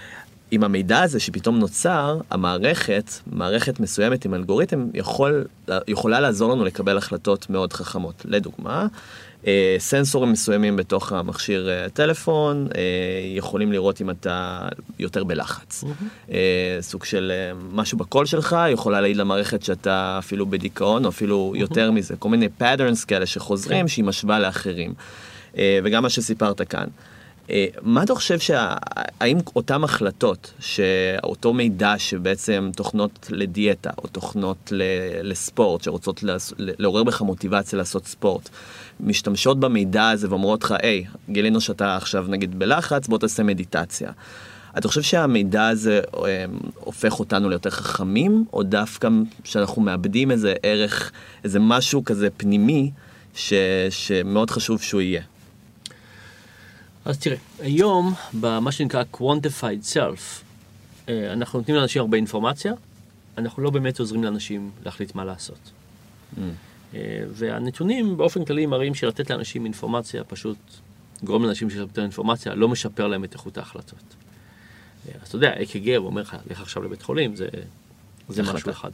עם המידע הזה שפתאום נוצר, המערכת, מערכת מסוימת עם אלגוריתם, יכול, יכולה לעזור לנו לקבל החלטות מאוד חכמות. לדוגמה, סנסורים מסוימים בתוך המכשיר טלפון, יכולים לראות אם אתה יותר בלחץ. Mm-hmm. סוג של משהו בקול שלך, יכולה להעיד למערכת שאתה אפילו בדיכאון, או אפילו mm-hmm. יותר מזה. כל מיני patterns כאלה שחוזרים, okay. שהיא משווה לאחרים. וגם מה שסיפרת כאן. מה אתה חושב שהאם אותם החלטות, שאותו מידע שבעצם תוכנות לדיאטה, או תוכנות לספורט, שרוצות לעורר בך מוטיבציה לעשות ספורט, משתמשות במידע הזה ואומרות לך, היי, גילינו שאתה עכשיו נגיד בלחץ, בוא תעשה מדיטציה. אתה חושב שהמידע הזה הופך אותנו ליותר חכמים, או דווקא שאנחנו מאבדים איזה ערך, איזה משהו כזה פנימי, ש, שמאוד חשוב שהוא יהיה? אז תראה, היום, במה שנקרא quantified self, אנחנו נותנים לאנשים הרבה אינפורמציה, אנחנו לא באמת עוזרים לאנשים להחליט מה לעשות. Mm. והנתונים באופן כללי מראים שלתת לאנשים אינפורמציה, פשוט גורם לאנשים שיש יותר אינפורמציה, לא משפר להם את איכות ההחלטות. אז אתה יודע, אק"ג אומר לך, לך עכשיו לבית חולים, זה, זה משהו אחד.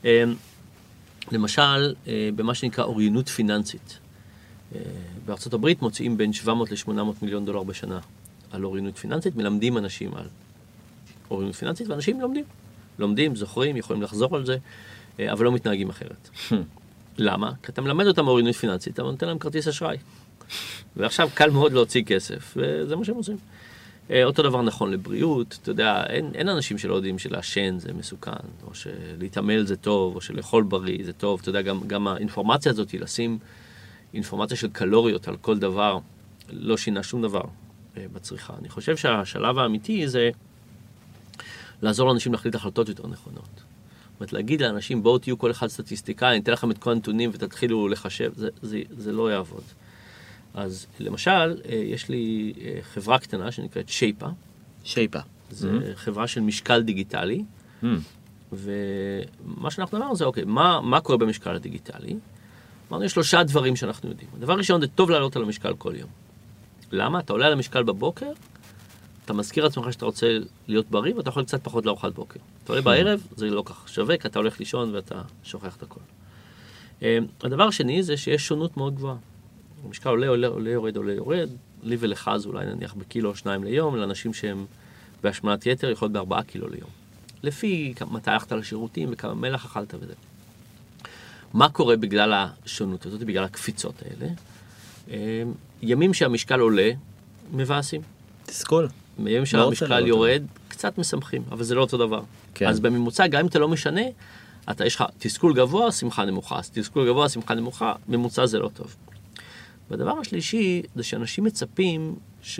למשל, במה שנקרא אוריינות פיננסית. בארצות הברית מוציאים בין שבע מאות לשמונה מאות מיליון דולר בשנה על אוריינות פיננסית, מלמדים אנשים על אוריינות פיננסית, ואנשים לומדים. לומדים, זוכרים, יכולים לחזור על זה, אבל לא מתנהגים אחרת. למה? כי אתה מלמד אותם אוריינות פיננסית, אתה נותן להם כרטיס אשראי. ועכשיו קל מאוד להוציא כסף, וזה מה שהם עושים. אותו דבר נכון לבריאות, אתה יודע, אין, אין אנשים שלא יודעים שלעשן זה מסוכן, או שלהתעמל זה טוב, או שלאכול בריא זה טוב, אתה יודע, גם, גם האינפורמציה הזאת היא לשים אינפורמציה של קלוריות על כל דבר, לא שינה שום דבר בצריכה. אני חושב שהשלב האמיתי זה לעזור לאנשים להחליט החלטות יותר נכונות. זאת אומרת, להגיד לאנשים, בואו תהיו כל אחד סטטיסטיקאי, אני אתן לכם את כל הנתונים ותתחילו לחשב, זה, זה, זה לא יעבוד. אז למשל, יש לי חברה קטנה שנקראת שייפה. שייפה. זה mm-hmm. חברה של משקל דיגיטלי, mm-hmm. ומה שאנחנו אמרנו זה, אוקיי, מה, מה קורה במשקל הדיגיטלי? אמרנו, יש שלושה דברים שאנחנו יודעים. הדבר ראשון, זה טוב לעלות על המשקל כל יום. למה? אתה עולה על המשקל בבוקר, אתה מזכיר לעצמך שאתה רוצה להיות בריא, ואתה יכול קצת פחות לארוחת בוקר. אתה עולה בערב, זה לא כך שווה, כי אתה הולך לישון ואתה שוכח את הכל. הדבר השני זה שיש שונות מאוד גבוהה. המשקל עולה, עולה, עולה, יורד, עולה, יורד. לי ולך זה אולי נניח בקילו או שניים ליום, לאנשים שהם בהשמנת יתר יכול להיות בארבעה קילו ליום. לפי מתי הלכת לשירותים וכמה מלח אכלת וזה. מה קורה בגלל השונות הזאת, בגלל הקפיצות האלה? ימים שהמשקל עולה, מבאסים. תסכול. ימים שהמשקל יורד, קצת משמחים, אבל זה לא אותו דבר. כן. אז בממוצע, גם אם אתה לא משנה, אתה יש לך תסכול גבוה, שמחה נמוכה. אז תסכול גבוה, שמחה נמוכה, ממוצע זה לא טוב. והדבר השלישי, זה שאנשים מצפים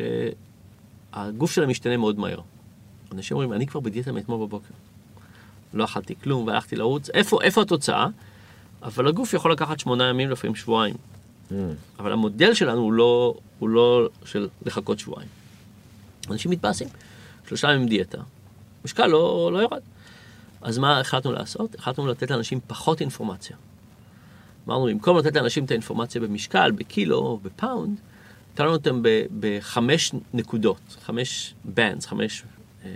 שהגוף שלהם משתנה מאוד מהר. אנשים אומרים, אני כבר בדיאטה מאתמול בבוקר. לא אכלתי כלום, והלכתי לרוץ. איפה, איפה התוצאה? אבל הגוף יכול לקחת שמונה ימים, לפעמים שבועיים. Mm. אבל המודל שלנו הוא לא, הוא לא של לחכות שבועיים. אנשים מתבאסים. שלושה ימים דיאטה. משקל לא, לא יורד. אז מה החלטנו לעשות? החלטנו לתת לאנשים פחות אינפורמציה. אמרנו, במקום לתת לאנשים את האינפורמציה במשקל, בקילו או בפאונד, תנו אותם ב- בחמש נקודות, חמש בנדס, חמש אה,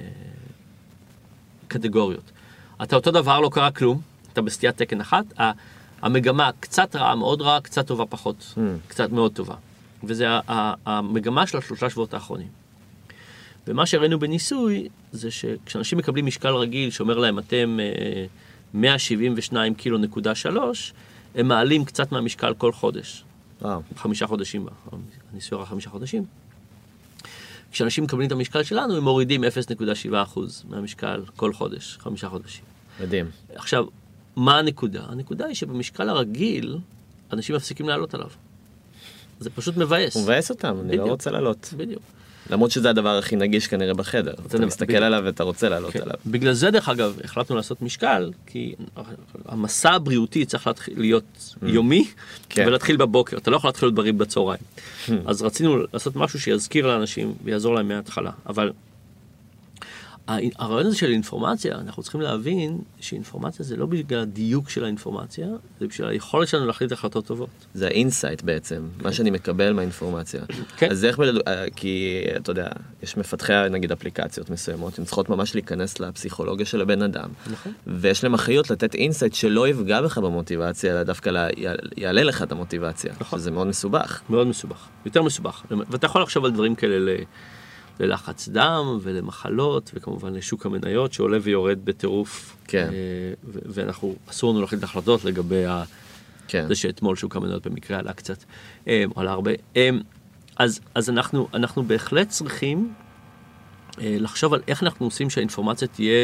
קטגוריות. אתה אותו דבר, לא קרה כלום, אתה בסטיית תקן אחת, המגמה קצת רעה, מאוד רעה, קצת טובה, פחות, mm. קצת מאוד טובה. וזה המגמה של השלושה שבועות האחרונים. ומה שראינו בניסוי, זה שכשאנשים מקבלים משקל רגיל, שאומר להם, אתם אה, מאה שבעים ושתיים קילו נקודה שלוש, הם מעלים קצת מהמשקל כל חודש. וואו. חמישה חודשים, הניסוי היה חמישה חודשים. כשאנשים מקבלים את המשקל שלנו, הם מורידים אפס נקודה שבע אחוז מהמשקל כל חודש, חמישה חודשים. מדהים. עכשיו, מה הנקודה? הנקודה היא שבמשקל הרגיל, אנשים מפסיקים לעלות עליו. זה פשוט מבאס. הוא מבאס אותם, אני לא רוצה לעלות. בדיוק. למרות שזה הדבר הכי נגיש כנראה בחדר. אתה מסתכל עליו ואתה רוצה לעלות עליו. בגלל זה, דרך אגב, החלטנו לעשות משקל, כי המסע הבריאותי צריך להיות יומי, ולהתחיל בבוקר. אתה לא יכול להתחיל להיות בריא בצהריים. אז רצינו לעשות משהו שיזכיר לאנשים ויעזור להם מההתחלה. אבל הרעיון הזה של אינפורמציה, אנחנו צריכים להבין שאינפורמציה זה לא בגלל הדיוק של האינפורמציה, זה בשביל היכולת שלנו להחליט החלטות טובות. זה האינסייט בעצם, מה שאני מקבל מהאינפורמציה. כן. אז איך, כי אתה יודע, יש מפתחי נגיד אפליקציות מסוימות, הן צריכות ממש להיכנס לפסיכולוגיה של הבן אדם. נכון. ויש להם אחריות לתת אינסייט שלא יפגע בך במוטיבציה, אלא דווקא לה, יעלה לך את המוטיבציה. נכון. שזה מאוד מסובך. מאוד מסובך, יותר מסובך. ואתה יכול לחשוב על דברים כאלה ל... ללחץ דם ולמחלות, וכמובן לשוק המניות שעולה ויורד בטירוף. כן. ו- ואנחנו, אסור לנו להחליט החלטות לגבי ה... כן. זה שאתמול שוק המניות במקרה עלה קצת, עלה הרבה. אז, אז אנחנו, אנחנו בהחלט צריכים לחשוב על איך אנחנו עושים שהאינפורמציה תהיה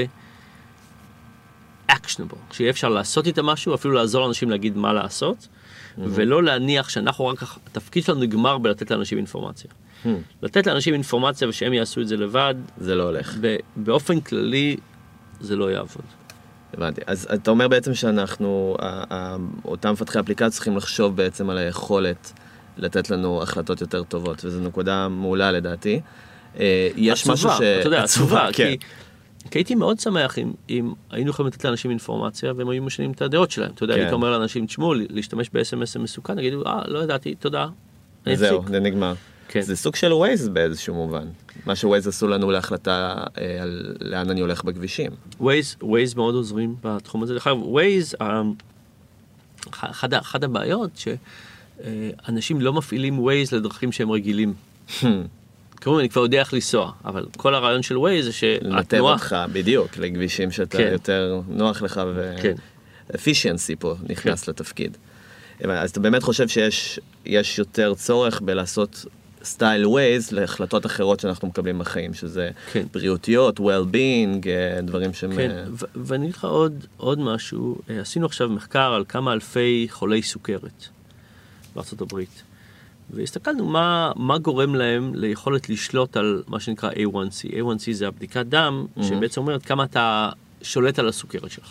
actionable, שיהיה אפשר לעשות איתה משהו, אפילו לעזור לאנשים להגיד מה לעשות, mm-hmm. ולא להניח שאנחנו רק, התפקיד שלנו נגמר בלתת לאנשים אינפורמציה. Hmm. לתת לאנשים אינפורמציה ושהם יעשו את זה לבד, זה לא הולך. באופן כללי, זה לא יעבוד. הבנתי. אז אתה אומר בעצם שאנחנו, אותם מפתחי אפליקציה צריכים לחשוב בעצם על היכולת לתת לנו החלטות יותר טובות, וזו נקודה מעולה לדעתי. יש משהו ש... אתה יודע, עצובה, כן. כי, כי הייתי מאוד שמח אם, אם היינו יכולים לתת לאנשים אינפורמציה, והם היו משנים את הדעות שלהם. אתה יודע, כן. היית אומר לאנשים, תשמעו, להשתמש ב-אס אם אס מסוכן, נגידו, אה, לא ידעתי, תודה. זהו, זה נגמר. כן. זה סוג של ווייז באיזשהו מובן. מה שווייז עשו לנו להחלטה אה, על לאן אני הולך בכבישים. ווייז, ווייז מאוד עוזרים בתחום הזה. לכן, ווייז, אחד, אחד הבעיות שאנשים לא מפעילים ווייז לדרכים שהם רגילים. כמובן, אני כבר יודע איך לנסוע, אבל כל הרעיון של ווייז זה שהתנועה... לנתב אותך, בדיוק, לכבישים שאתה כן. יותר נוח לך, ו... כן. efficiency פה נכנס כן. לתפקיד. אז אתה באמת חושב שיש יש יותר צורך בלעשות סטייל ווייז להחלטות אחרות שאנחנו מקבלים בחיים, שזה כן. בריאותיות, well-being, דברים שהם... כן, ו- ואני אגיד לך עוד, עוד משהו, עשינו עכשיו מחקר על כמה אלפי חולי סוכרת בארצות הברית, והסתכלנו מה, מה גורם להם ליכולת לשלוט על מה שנקרא איי וואן סי. איי וואן סי זה הבדיקת דם, mm-hmm. שבעצם אומרת כמה אתה שולט על הסוכרת שלך.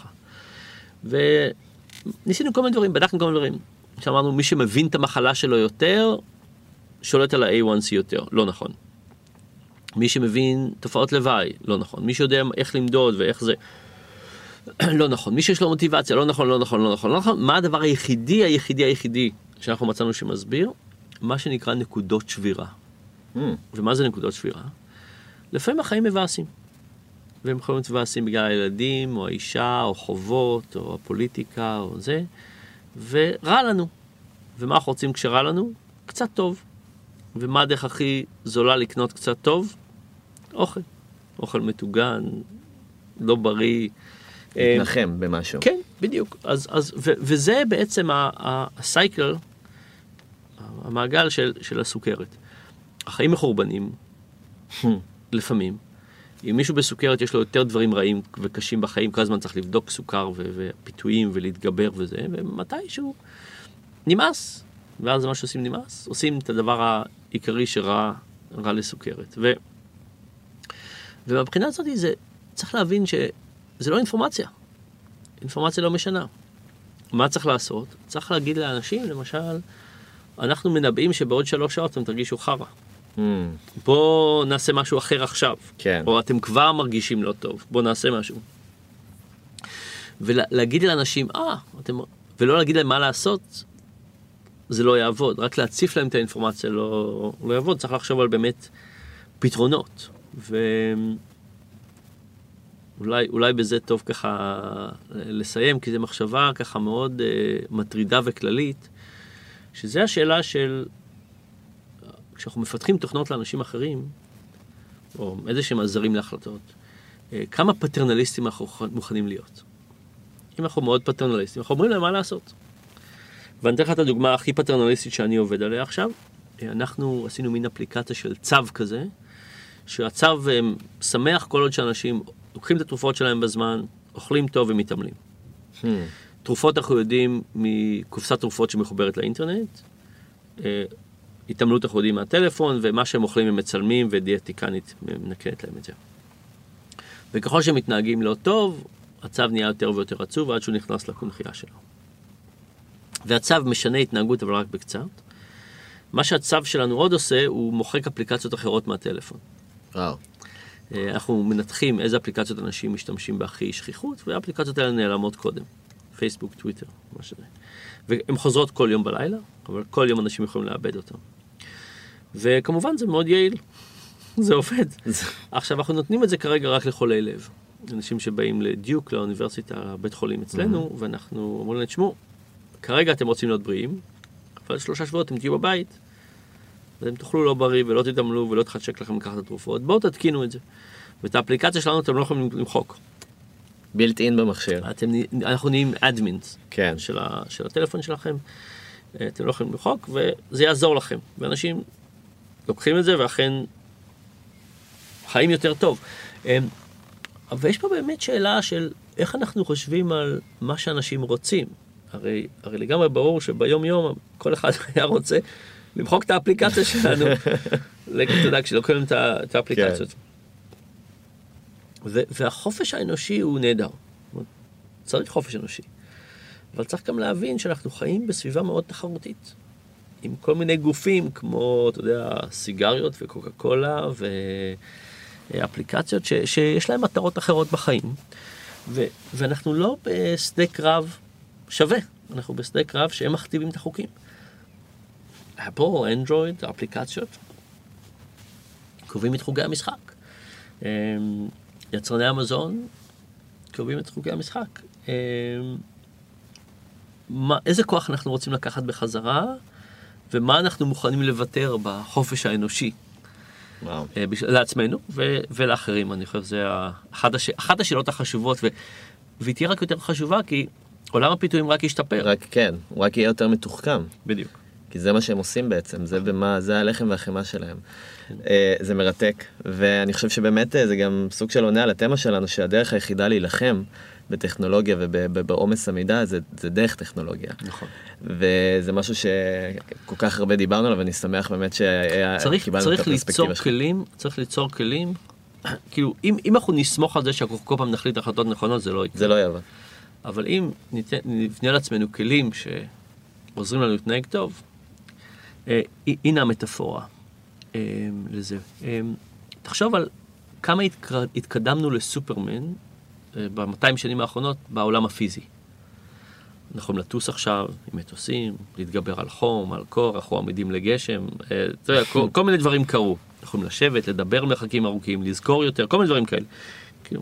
וניסינו כל מיני דברים, בדקנו כל מיני דברים. שאמרנו, מי שמבין את המחלה שלו יותר, שולט על ה-איי וואן סי יותר. לא נכון. מי שמבין תופעות לוואי, לא נכון. מי שיודע איך למדוד ואיך זה, לא נכון. מי שיש לו מוטיבציה, לא נכון, לא נכון, לא נכון, לא נכון. מה הדבר היחידי, היחידי, היחידי שאנחנו מצאנו שמסביר? מה שנקרא נקודות שבירה. Mm. ומה זה נקודות שבירה? לפעמים החיים מבאסים. והם יכולים להיות מבאסים בגלל הילדים, או האישה, או חובות, או הפוליטיקה, או זה. ורע לנו. ומה אנחנו רוצים כשרע לנו? קצת טוב. ומה הדרך הכי זולה לקנות קצת טוב? אוכל. אוכל מטוגן, לא בריא. להתנחם במשהו. כן, בדיוק. אז, אז, ו, וזה בעצם הסייקל, המעגל של, של הסוכרת. החיים מחורבנים, לפעמים. אם מישהו בסוכרת יש לו יותר דברים רעים וקשים בחיים, כל הזמן צריך לבדוק סוכר ו- ופיתויים ולהתגבר וזה, ומתישהו נמאס. ואז זה מה שעושים נמאס, עושים את הדבר העיקרי שרע רע לסוכרת. ו... ומבחינה הזאת זה, צריך להבין שזה לא אינפורמציה. אינפורמציה לא משנה. מה צריך לעשות? צריך להגיד לאנשים, למשל, אנחנו מנבאים שבעוד שלוש שעות אתם תרגישו חרא. Mm. בוא נעשה משהו אחר עכשיו. כן. או אתם כבר מרגישים לא טוב, בוא נעשה משהו. ולהגיד לאנשים, אה, אתם... ולא להגיד להם מה לעשות, זה לא יעבוד. רק להציף להם את האינפורמציה לא, לא יעבוד. צריך לחשוב על באמת פתרונות. ואולי אולי בזה טוב ככה לסיים, כי זו מחשבה ככה מאוד uh, מטרידה וכללית, שזה השאלה של, כשאנחנו מפתחים תוכנות לאנשים אחרים, או איזה שהם עזרים להחלטות, uh, כמה פטרנליסטים אנחנו מוכנים להיות. אם אנחנו מאוד פטרנליסטים, אנחנו אומרים להם מה לעשות. ואני אתן לך את הדוגמה הכי פטרנליסטית שאני עובד עליה עכשיו. אנחנו עשינו מין אפליקציה של צו כזה, שהצו שמח כל עוד שאנשים לוקחים את התרופות שלהם בזמן, אוכלים טוב ומתעמלים. Hmm. תרופות אנחנו יודעים מקופסת תרופות שמחוברת לאינטרנט, התעמלות אנחנו יודעים מהטלפון, ומה שהם אוכלים הם מצלמים, ודיאטיקנית מנקנת להם את זה. וככל שהם מתנהגים לא טוב, הצו נהיה יותר ויותר עצוב, עד שהוא נכנס לקונחייה שלו. והצו משנה התנהגות, אבל רק בקצת. מה שהצו שלנו עוד עושה, הוא מוחק אפליקציות אחרות מהטלפון. וואו. אה, אנחנו מנתחים איזה אפליקציות אנשים משתמשים בהכי שכיחות, והאפליקציות האלה נעלמות קודם. פייסבוק, טוויטר, מה שזה. והן חוזרות כל יום בלילה, אבל כל יום אנשים יכולים לאבד אותם. וכמובן זה מאוד יעיל. זה עובד. עכשיו, אנחנו נותנים את זה כרגע רק לחולי לב. אנשים שבאים לדיוק, לאוניברסיטה, בית חולים אצלנו, mm-hmm. ואנחנו אומרים להם, תשמעו, כרגע אתם רוצים להיות בריאים, אבל שלושה שבועות אתם תהיו בבית, ואתם תאכלו לא בריא ולא תתעמלו ולא תחשק לכם לקחת התרופות. בואו תתקינו את זה. ואת האפליקציה שלנו אתם לא יכולים למחוק. בילט אין במכשיר. אתם, אנחנו נהיים אדמינס כן. של, ה, של הטלפון שלכם. אתם לא יכולים למחוק, וזה יעזור לכם. ואנשים לוקחים את זה, ואכן חיים יותר טוב. אבל יש פה באמת שאלה של איך אנחנו חושבים על מה שאנשים רוצים. הרי, הרי לגמרי ברור שביום יום כל אחד היה רוצה למחוק את האפליקציה שלנו. אתה יודע, כשלוקחים את האפליקציות. והחופש האנושי הוא נהדר. צריך חופש אנושי. אבל צריך גם להבין שאנחנו חיים בסביבה מאוד תחרותית. עם כל מיני גופים כמו, אתה יודע, סיגריות וקוקה קולה ואפליקציות ש, שיש להם מטרות אחרות בחיים. ו, ואנחנו לא בשדה קרב שווה. אנחנו בשדה קרב שהם מכתיבים את החוקים. אפל, אנדרואיד, האפליקציות, קובעים את חוגי המשחק. יצרני אמזון קובעים את חוגי המשחק. מה, איזה כוח אנחנו רוצים לקחת בחזרה, ומה אנחנו מוכנים לוותר בחופש האנושי. וואו. לעצמנו ו- ולאחרים. אני חושב שזה אחת, הש... אחת השאלות החשובות, ו... והיא תהיה רק יותר חשובה, כי עולם הפיתויים רק ישתפר. רק כן, הוא רק יהיה יותר מתוחכם. בדיוק. כי זה מה שהם עושים בעצם, זה במה, זה הלחם והחימה שלהם. זה מרתק, ואני חושב שבאמת זה גם סוג של עונה על התמה שלנו, שהדרך היחידה להילחם בטכנולוגיה ובעומס המידע, זה, זה דרך טכנולוגיה. נכון. וזה משהו שכל כך הרבה דיברנו עליו, ואני שמח באמת שקיבלנו את הפרספקטיבה שלך. כלים, צריך ליצור כלים, כאילו, אם, אם אנחנו נסמוך על זה שאנחנו כל פעם נחליט החלטות נכונות, זה לא יקרה. זה לא יעבוד. אבל אם נבנה לעצמנו כלים שעוזרים לנו להתנהג טוב, אה, הנה המטאפורה אה, לזה. אה, תחשוב על כמה התקדמנו לסופרמן אה, ב-מאתיים שנים האחרונות בעולם הפיזי. אנחנו יכולים לטוס עכשיו עם מטוסים, להתגבר על חום, על קור, אנחנו עמידים לגשם, אה, אתה יודע, כל, כל מיני דברים קרו. אנחנו יכולים לשבת, לדבר מרחקים ארוכים, לזכור יותר, כל מיני דברים כאלה. כאילו.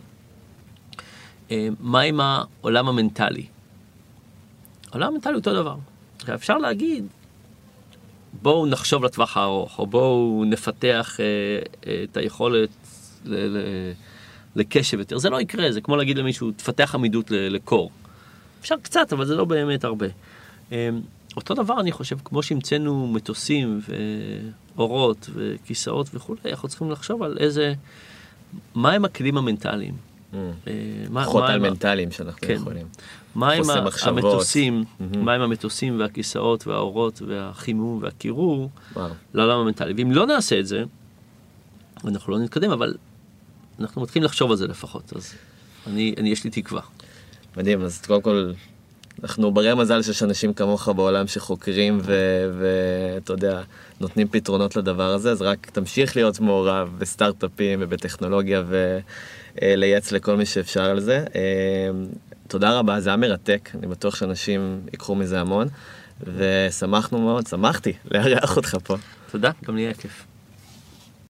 אה, מה עם העולם המנטלי? העולם המנטלי הוא אותו דבר. אפשר להגיד, בואו נחשוב לטווח הארוך, או בואו נפתח אה, אה, את היכולת ל- ל- לקשב יותר. זה לא יקרה, זה כמו להגיד למישהו, תפתח עמידות ל- לקור. אפשר קצת, אבל זה לא באמת הרבה. אה, אותו דבר אני חושב, כמו שהמצאנו מטוסים ואורות וכיסאות וכו', אנחנו צריכים לחשוב על איזה, מה הם הכלים המנטליים. פחות על מנטליים שאנחנו יכולים. מה עם המטוסים, מה עם המטוסים והכיסאות והאורות והחימום והקירור לעולם המנטלי. ואם לא נעשה את זה, אנחנו לא נתקדם, אבל אנחנו מתחילים לחשוב על זה לפחות. אז אני, אני יש לי תקווה. מדהים, אז קודם כל, אנחנו ברי מזל שיש אנשים כמוך בעולם שחוקרים ואתה יודע, נותנים פתרונות לדבר הזה, אז רק תמשיך להיות מעורב בסטארט-אפים ובטכנולוגיה ולייעץ לכל מי שאפשר על זה. תודה רבה, זה היה מרתק, אני בטוח שאנשים ייקחו מזה המון, ושמחנו מאוד, שמחתי לארח אותך פה. תודה, גם לי היה כיף.